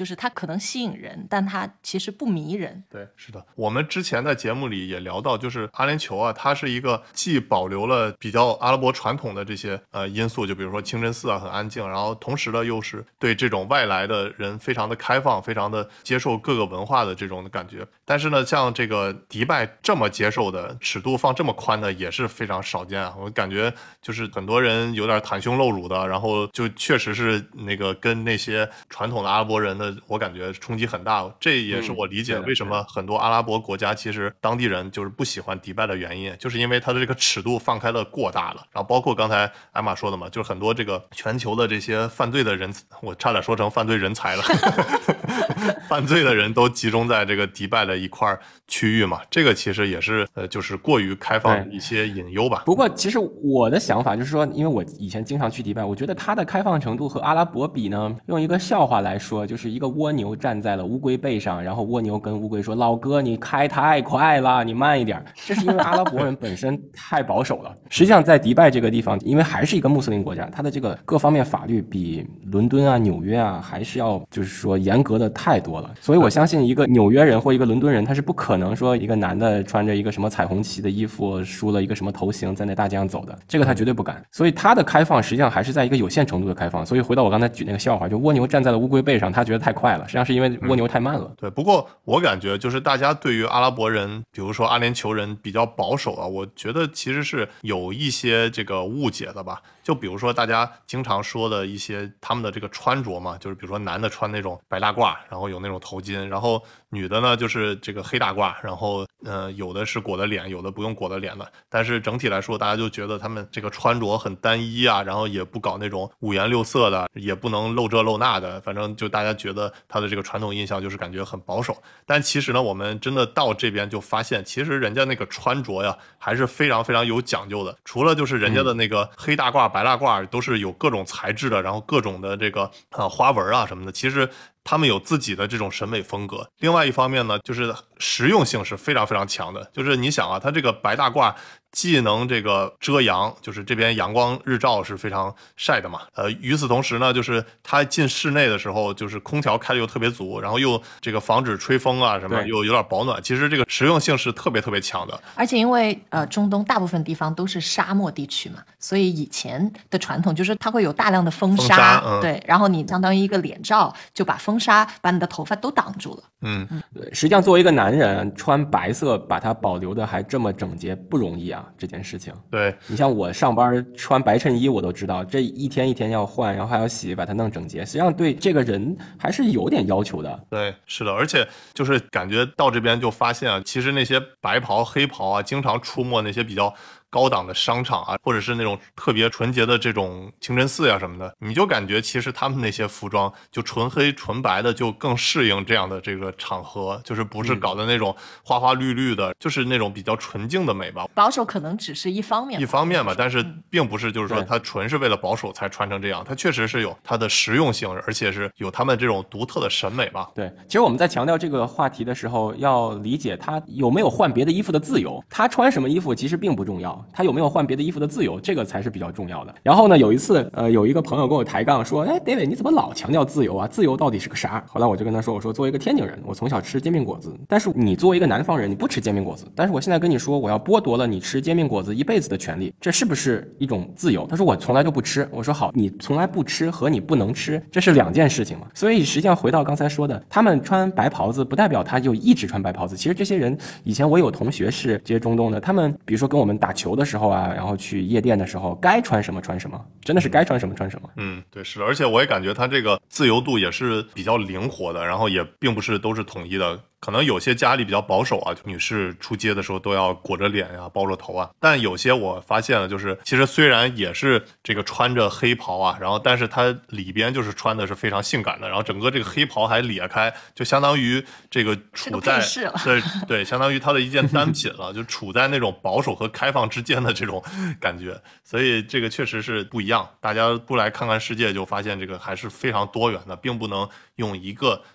[SPEAKER 3] 就是它可能吸引人，但它其实不迷人。
[SPEAKER 1] 对，是的，我们之前在节目里也聊到，就是阿联酋啊，它是一个既保留了比较阿拉伯传统的这些因素，就比如说清真寺啊很安静，然后同时呢又是对这种外来的人非常的开放，非常的接受各个文化的这种的感觉。但是呢，像这个迪拜这么接受的尺度放这么宽的也是非常少见啊。我感觉就是很多人有点袒胸露乳的，然后就确实是那个跟那些传统的阿拉伯人的，我感觉冲击很大。这也是我理解为什么很多阿拉伯国家其实当地人就是不喜欢迪拜的原因，就是因为它的这个尺度放开的过大了。然后包括刚才艾玛说的嘛，就是很多这个全球的这些犯罪的人，我差点说成犯罪人才了犯罪的人都集中在这个迪拜的一块区域嘛，这个其实也是就是过于开放的一些隐忧吧。
[SPEAKER 2] 不过其实我的想法就是说，因为我以前经常去迪拜，我觉得它的开放程度和阿拉伯比呢，用一个笑话来说，就是一个蜗牛站在了乌龟背上，然后蜗牛跟乌龟说：“老哥，你开太快了，你慢一点。”这是因为阿拉伯人本身太保守了。实际上在迪拜这个地方，因为还是一个穆斯林国家，它的这个各方面法律比伦敦啊、纽约啊还是要就是说严格的太多了。所以我相信一个纽约人或一个伦敦人，他是不可能说一个男的穿着一个什么彩虹旗的衣服，梳了一个什么头型在那大街上走的，这个他绝对不敢。所以他的开放实际上还是在一个有限程度的开放。所以回到我刚才举那个笑话，就蜗牛站在了乌龟背上，他觉得太快了，实际上是因为蜗牛太慢了。
[SPEAKER 1] 对，不过我感觉就是大家对于阿拉伯人，比如说阿联酋人比较保守啊，我觉得其实是有一些这个误解的吧。就比如说大家经常说的一些他们的这个穿着嘛，就是比如说男的穿那种白大褂，然后有那种头巾，然后女的呢就是这个黑大褂，然后有的是裹的脸，有的不用裹的脸的。但是整体来说，大家就觉得他们这个穿着很单一啊，然后也不搞那种五颜六色的，也不能露这露那的，反正就大家觉得他的这个传统印象就是感觉很保守。但其实呢，我们真的到这边就发现，其实人家那个穿着呀还是非常非常有讲究的。除了就是人家的那个黑大褂白大褂都是有各种材质的，然后各种的这个花纹啊什么的，其实他们有自己的这种审美风格。另外一方面呢，就是实用性是非常非常强的。就是你想啊，它这个白大褂既能这个遮阳，就是这边阳光日照是非常晒的嘛，与此同时呢，就是它进室内的时候，就是空调开的又特别足，然后又这个防止吹风啊什么，又有点保暖，其实这个实用性是特别特别强的。
[SPEAKER 3] 而且因为中东大部分地方都是沙漠地区嘛，所以以前的传统就是它会有大量的风沙，对，然后你相当于一个脸罩，就把风沙把你的头发都挡住了。
[SPEAKER 2] 实际上作为一个男人穿白色把它保留的还这么整洁不容易啊，这件事情。
[SPEAKER 1] 对，
[SPEAKER 2] 你像我上班穿白衬衣我都知道，这一天一天要换，然后还要洗，把它弄整洁，实际上对这个人还是有点要求的。
[SPEAKER 1] 对，是的，而且就是感觉到这边就发现啊，其实那些白袍黑袍啊经常出没那些比较高档的商场啊，或者是那种特别纯洁的这种清真寺呀什么的，你就感觉其实他们那些服装就纯黑纯白的就更适应这样的这个场合，就是不是搞的那种花花绿绿的，就是那种比较纯净的美吧。
[SPEAKER 3] 保守可能只是一方面
[SPEAKER 1] 吧，但是并不是就是说它纯是为了保守才穿成这样，它确实是有它的实用性，而且是有他们这种独特的审美吧。
[SPEAKER 2] 对，其实我们在强调这个话题的时候，要理解他有没有换别的衣服的自由。他穿什么衣服其实并不重要，他有没有换别的衣服的自由，这个才是比较重要的。然后呢，有一次有一个朋友跟我抬杠说，哎 David 你怎么老强调自由啊，自由到底是个啥？后来我就跟他说，我说作为一个天津人，我从小吃煎饼果子，但是你作为一个南方人，你不吃煎饼果子，但是我现在跟你说，我要剥夺了你吃煎饼果子一辈子的权利，这是不是一种自由？他说我从来就不吃。我说好，你从来不吃和你不能吃，这是两件事情嘛。所以实际上回到刚才说的，他们穿白袍子不代表他就一直穿白袍子。其实这些人，以前我有同学是这些中东的，他们比如说跟我们打球的时候啊，然后去夜店的时候，该穿什么穿什么，真的是该穿什么穿什么。
[SPEAKER 1] 对，是的，而且我也感觉他这个自由度也是比较灵活的，然后也并不是都是统一的。可能有些家里比较保守啊，女士出街的时候都要裹着脸啊，包着头啊。但有些我发现了，就是其实虽然也是这个穿着黑袍啊，然后但是它里边就是穿的是非常性感的，然后整个这个黑袍还裂开，就相当于这个处在对，相当于它的一件单品了，就处在那种保守和开放之间的这种感觉。所以这个确实是不一样，大家不来看看世界就发现这个还是非常多元的，并不能用一个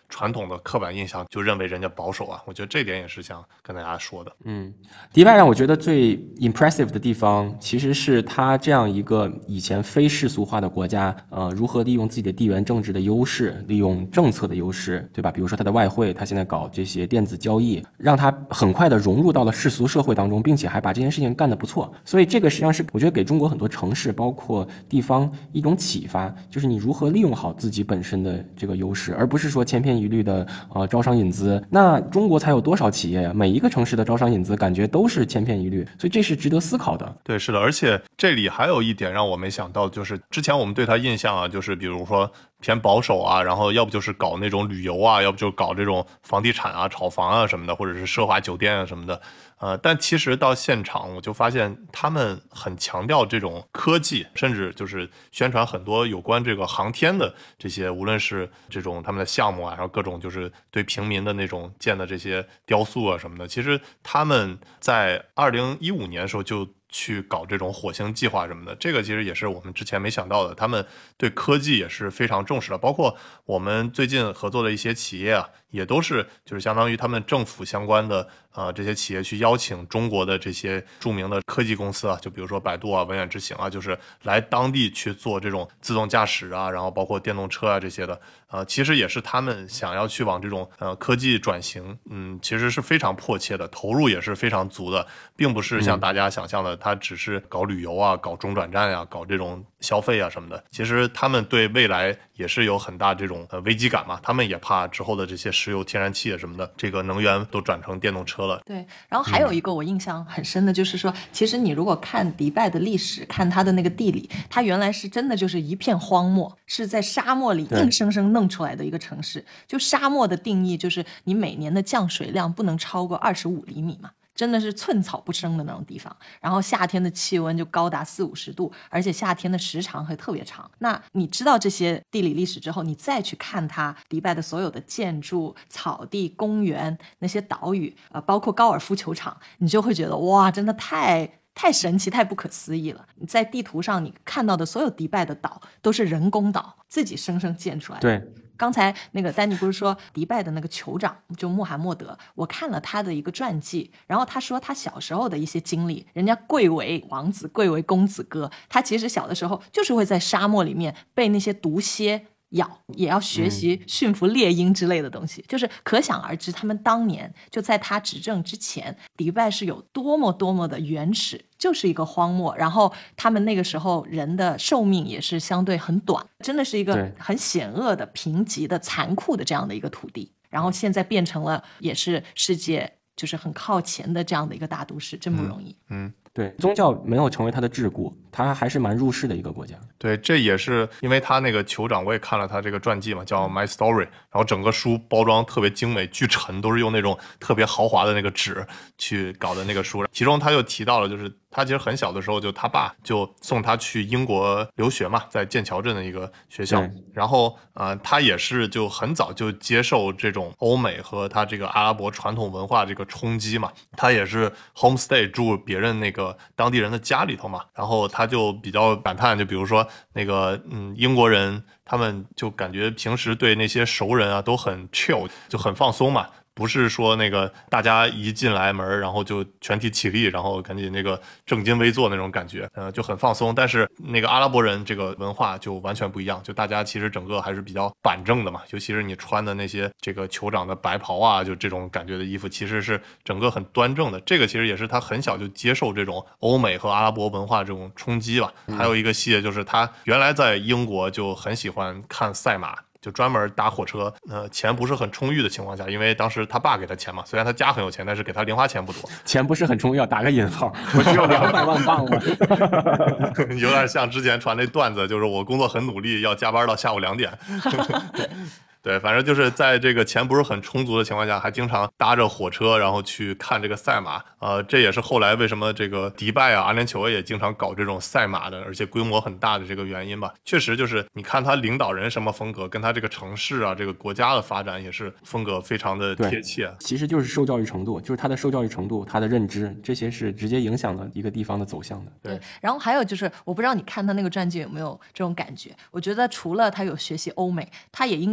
[SPEAKER 1] 传统的刻板印象就认为人家保守啊。我觉得这点也是想跟大家说的。
[SPEAKER 2] 迪拜让我觉得最 impressive 的地方，其实是它这样一个以前非世俗化的国家，如何利用自己的地缘政治的优势，利用政策的优势，对吧？比如说它的外汇，它现在搞这些电子交易，让它很快的融入到了世俗社会当中，并且还把这件事情干得不错。所以这个实际上是我觉得给中国很多城市，包括地方一种启发，就是你如何利用好自己本身的这个优势，而不是说千篇一律的招商引资。那中国才有多少企业呀？每一个城市的招商引资感觉都是千篇一律，所以这是值得思考的。
[SPEAKER 1] 对，是的，而且这里还有一点让我没想到，就是之前我们对他印象啊，就是比如说偏保守啊，然后要不就是搞那种旅游啊，要不就搞这种房地产啊、炒房啊什么的，或者是奢华酒店啊什么的。但其实到现场我就发现他们很强调这种科技，甚至就是宣传很多有关这个航天的这些，无论是这种他们的项目啊，然后各种就是对平民的那种建的这些雕塑啊什么的。其实他们在2015年的时候就去搞这种火星计划什么的，这个其实也是我们之前没想到的，他们对科技也是非常重视的。包括我们最近合作的一些企业啊，也都是就是相当于他们政府相关的这些企业去邀请中国的这些著名的科技公司啊，就比如说百度啊、文远之行啊，就是来当地去做这种自动驾驶啊，然后包括电动车啊这些的，其实也是他们想要去往这种科技转型，其实是非常迫切的，投入也是非常足的，并不是像大家想象的，他只是搞旅游啊、搞中转站啊、搞这种消费啊什么的。其实他们对未来也是有很大这种危机感嘛，他们也怕之后的这些石油、天然气啊什么的，这个能源都转成电动车了。
[SPEAKER 3] 对，然后还有一个我印象很深的就是说，其实你如果看迪拜的历史，看它的那个地理，它原来是真的就是一片荒漠，是在沙漠里硬生生弄出来的一个城市。就沙漠的定义就是你每年的降水量不能超过25厘米嘛。真的是寸草不生的那种地方，然后夏天的气温就高达40-50度，而且夏天的时长还特别长。那你知道这些地理历史之后，你再去看它迪拜的所有的建筑、草地、公园、那些岛屿，包括高尔夫球场，你就会觉得哇，真的太神奇、太不可思议了。你在地图上你看到的所有迪拜的岛都是人工岛，自己生生建出来的。
[SPEAKER 2] 对。
[SPEAKER 3] 刚才那个丹尼不是说迪拜的那个酋长就穆罕默德，我看了他的一个传记，然后他说他小时候的一些经历，人家贵为王子，贵为公子哥，他其实小的时候就是会在沙漠里面被那些毒蝎咬，也要学习驯服猎鹰之类的东西，就是可想而知他们当年就在他执政之前，迪拜是有多么的原始，就是一个荒漠，然后他们那个时候人的寿命也是相对很短，真的是一个很险恶的、贫瘠的、残酷的这样的一个土地，然后现在变成了也是世界就是很靠前的这样的一个大都市，真不容易。
[SPEAKER 2] 对，宗教没有成为他的桎梏，他还是蛮入世的一个国家。
[SPEAKER 1] 对，这也是因为他那个酋长，我也看了他这个传记嘛，叫 My Story， 然后整个书包装特别精美，巨沉，都是用那种特别豪华的那个纸去搞的那个书。其中他就提到了，就是他其实很小的时候，就他爸就送他去英国留学嘛，在剑桥镇的一个学校，然后他也是就很早就接受这种欧美和他这个阿拉伯传统文化这个冲击嘛，他也是 homestay 住别人那个当地人的家里头嘛，然后他就比较感叹，就比如说那个英国人他们就感觉平时对那些熟人啊都很 chill， 就很放松嘛，不是说那个大家一进来门然后就全体起立，然后赶紧那个正襟危坐那种感觉，就很放松。但是那个阿拉伯人这个文化就完全不一样，就大家其实整个还是比较板正的嘛，尤其是你穿的那些这个酋长的白袍啊，就这种感觉的衣服，其实是整个很端正的。这个其实也是他很小就接受这种欧美和阿拉伯文化这种冲击吧。还有一个细节就是他原来在英国就很喜欢看赛马，就专门搭火车，钱不是很充裕的情况下，因为当时他爸给他钱嘛，虽然他家很有钱，但是给他零花钱不多，
[SPEAKER 2] 钱不是很充裕，要打个引号，我只有200万镑了。
[SPEAKER 1] 有点像之前传那段子，就是我工作很努力，要加班到下午2点。对，反正就是在这个钱不是很充足的情况下，还经常搭着火车，然后去看这个赛马。这也是后来为什么这个迪拜啊、阿联酋也经常搞这种赛马的，而且规模很大的这个原因吧。确实就是你看他领导人什么风格，跟他这个城市啊、这个国家的发展也是风格非常的贴切。
[SPEAKER 2] 其实就是受教育程度，就是他的受教育程度、他的认知，这些是直接影响了一个地方的走向的。
[SPEAKER 3] 对，然后还有就是，我不知道你看他那个传记有没有这种感觉？我觉得除了他有学习欧美，他也应该有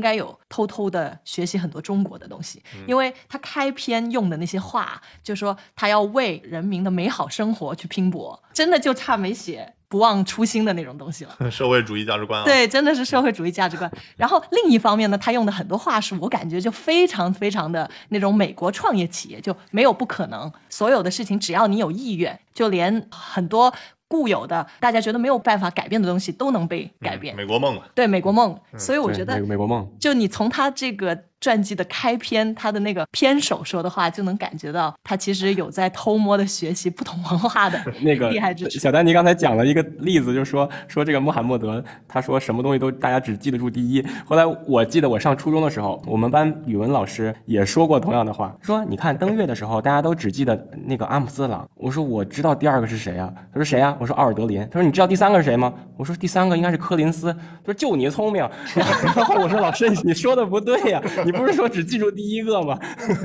[SPEAKER 3] 偷偷的学习很多中国的东西，因为他开篇用的那些话，就说他要为人民的美好生活去拼搏，真的就差没写不忘初心的那种东西了。
[SPEAKER 1] 社会主义价值观啊。
[SPEAKER 3] 对，真的是社会主义价值观。然后另一方面呢，他用的很多话术，我感觉就非常非常的那种美国创业企业，就没有不可能，所有的事情只要你有意愿，就连很多固有的大家觉得没有办法改变的东西都能被改变。
[SPEAKER 1] 美国梦嘛。
[SPEAKER 3] 对，美国梦。所以我觉得
[SPEAKER 2] 美国梦，
[SPEAKER 3] 就你从他这个传记的开篇，他的那个篇首说的话，就能感觉到他其实有在偷摸的学习不同文化的
[SPEAKER 2] 那个
[SPEAKER 3] 厉害之处。
[SPEAKER 2] 小丹尼刚才讲了一个例子，就是说这个穆罕默德，他说什么东西都大家只记得住第一。后来我记得我上初中的时候，我们班语文老师也说过同样的话，说你看登月的时候大家都只记得那个阿姆斯特朗，我说我知道第二个是谁啊？他说谁啊？我说奥尔德林。他说你知道第三个是谁吗？我说第三个应该是柯林斯。他说就你聪明。然后我说老师你说的不对呀，你不是说只记住第一个吗？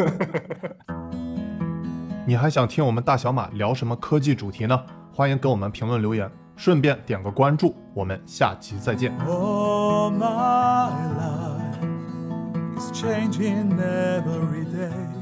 [SPEAKER 5] 你还想听我们大小马聊什么科技主题呢？欢迎给我们评论留言，顺便点个关注，我们下期再见。
[SPEAKER 6] Oh, my life is changing every day.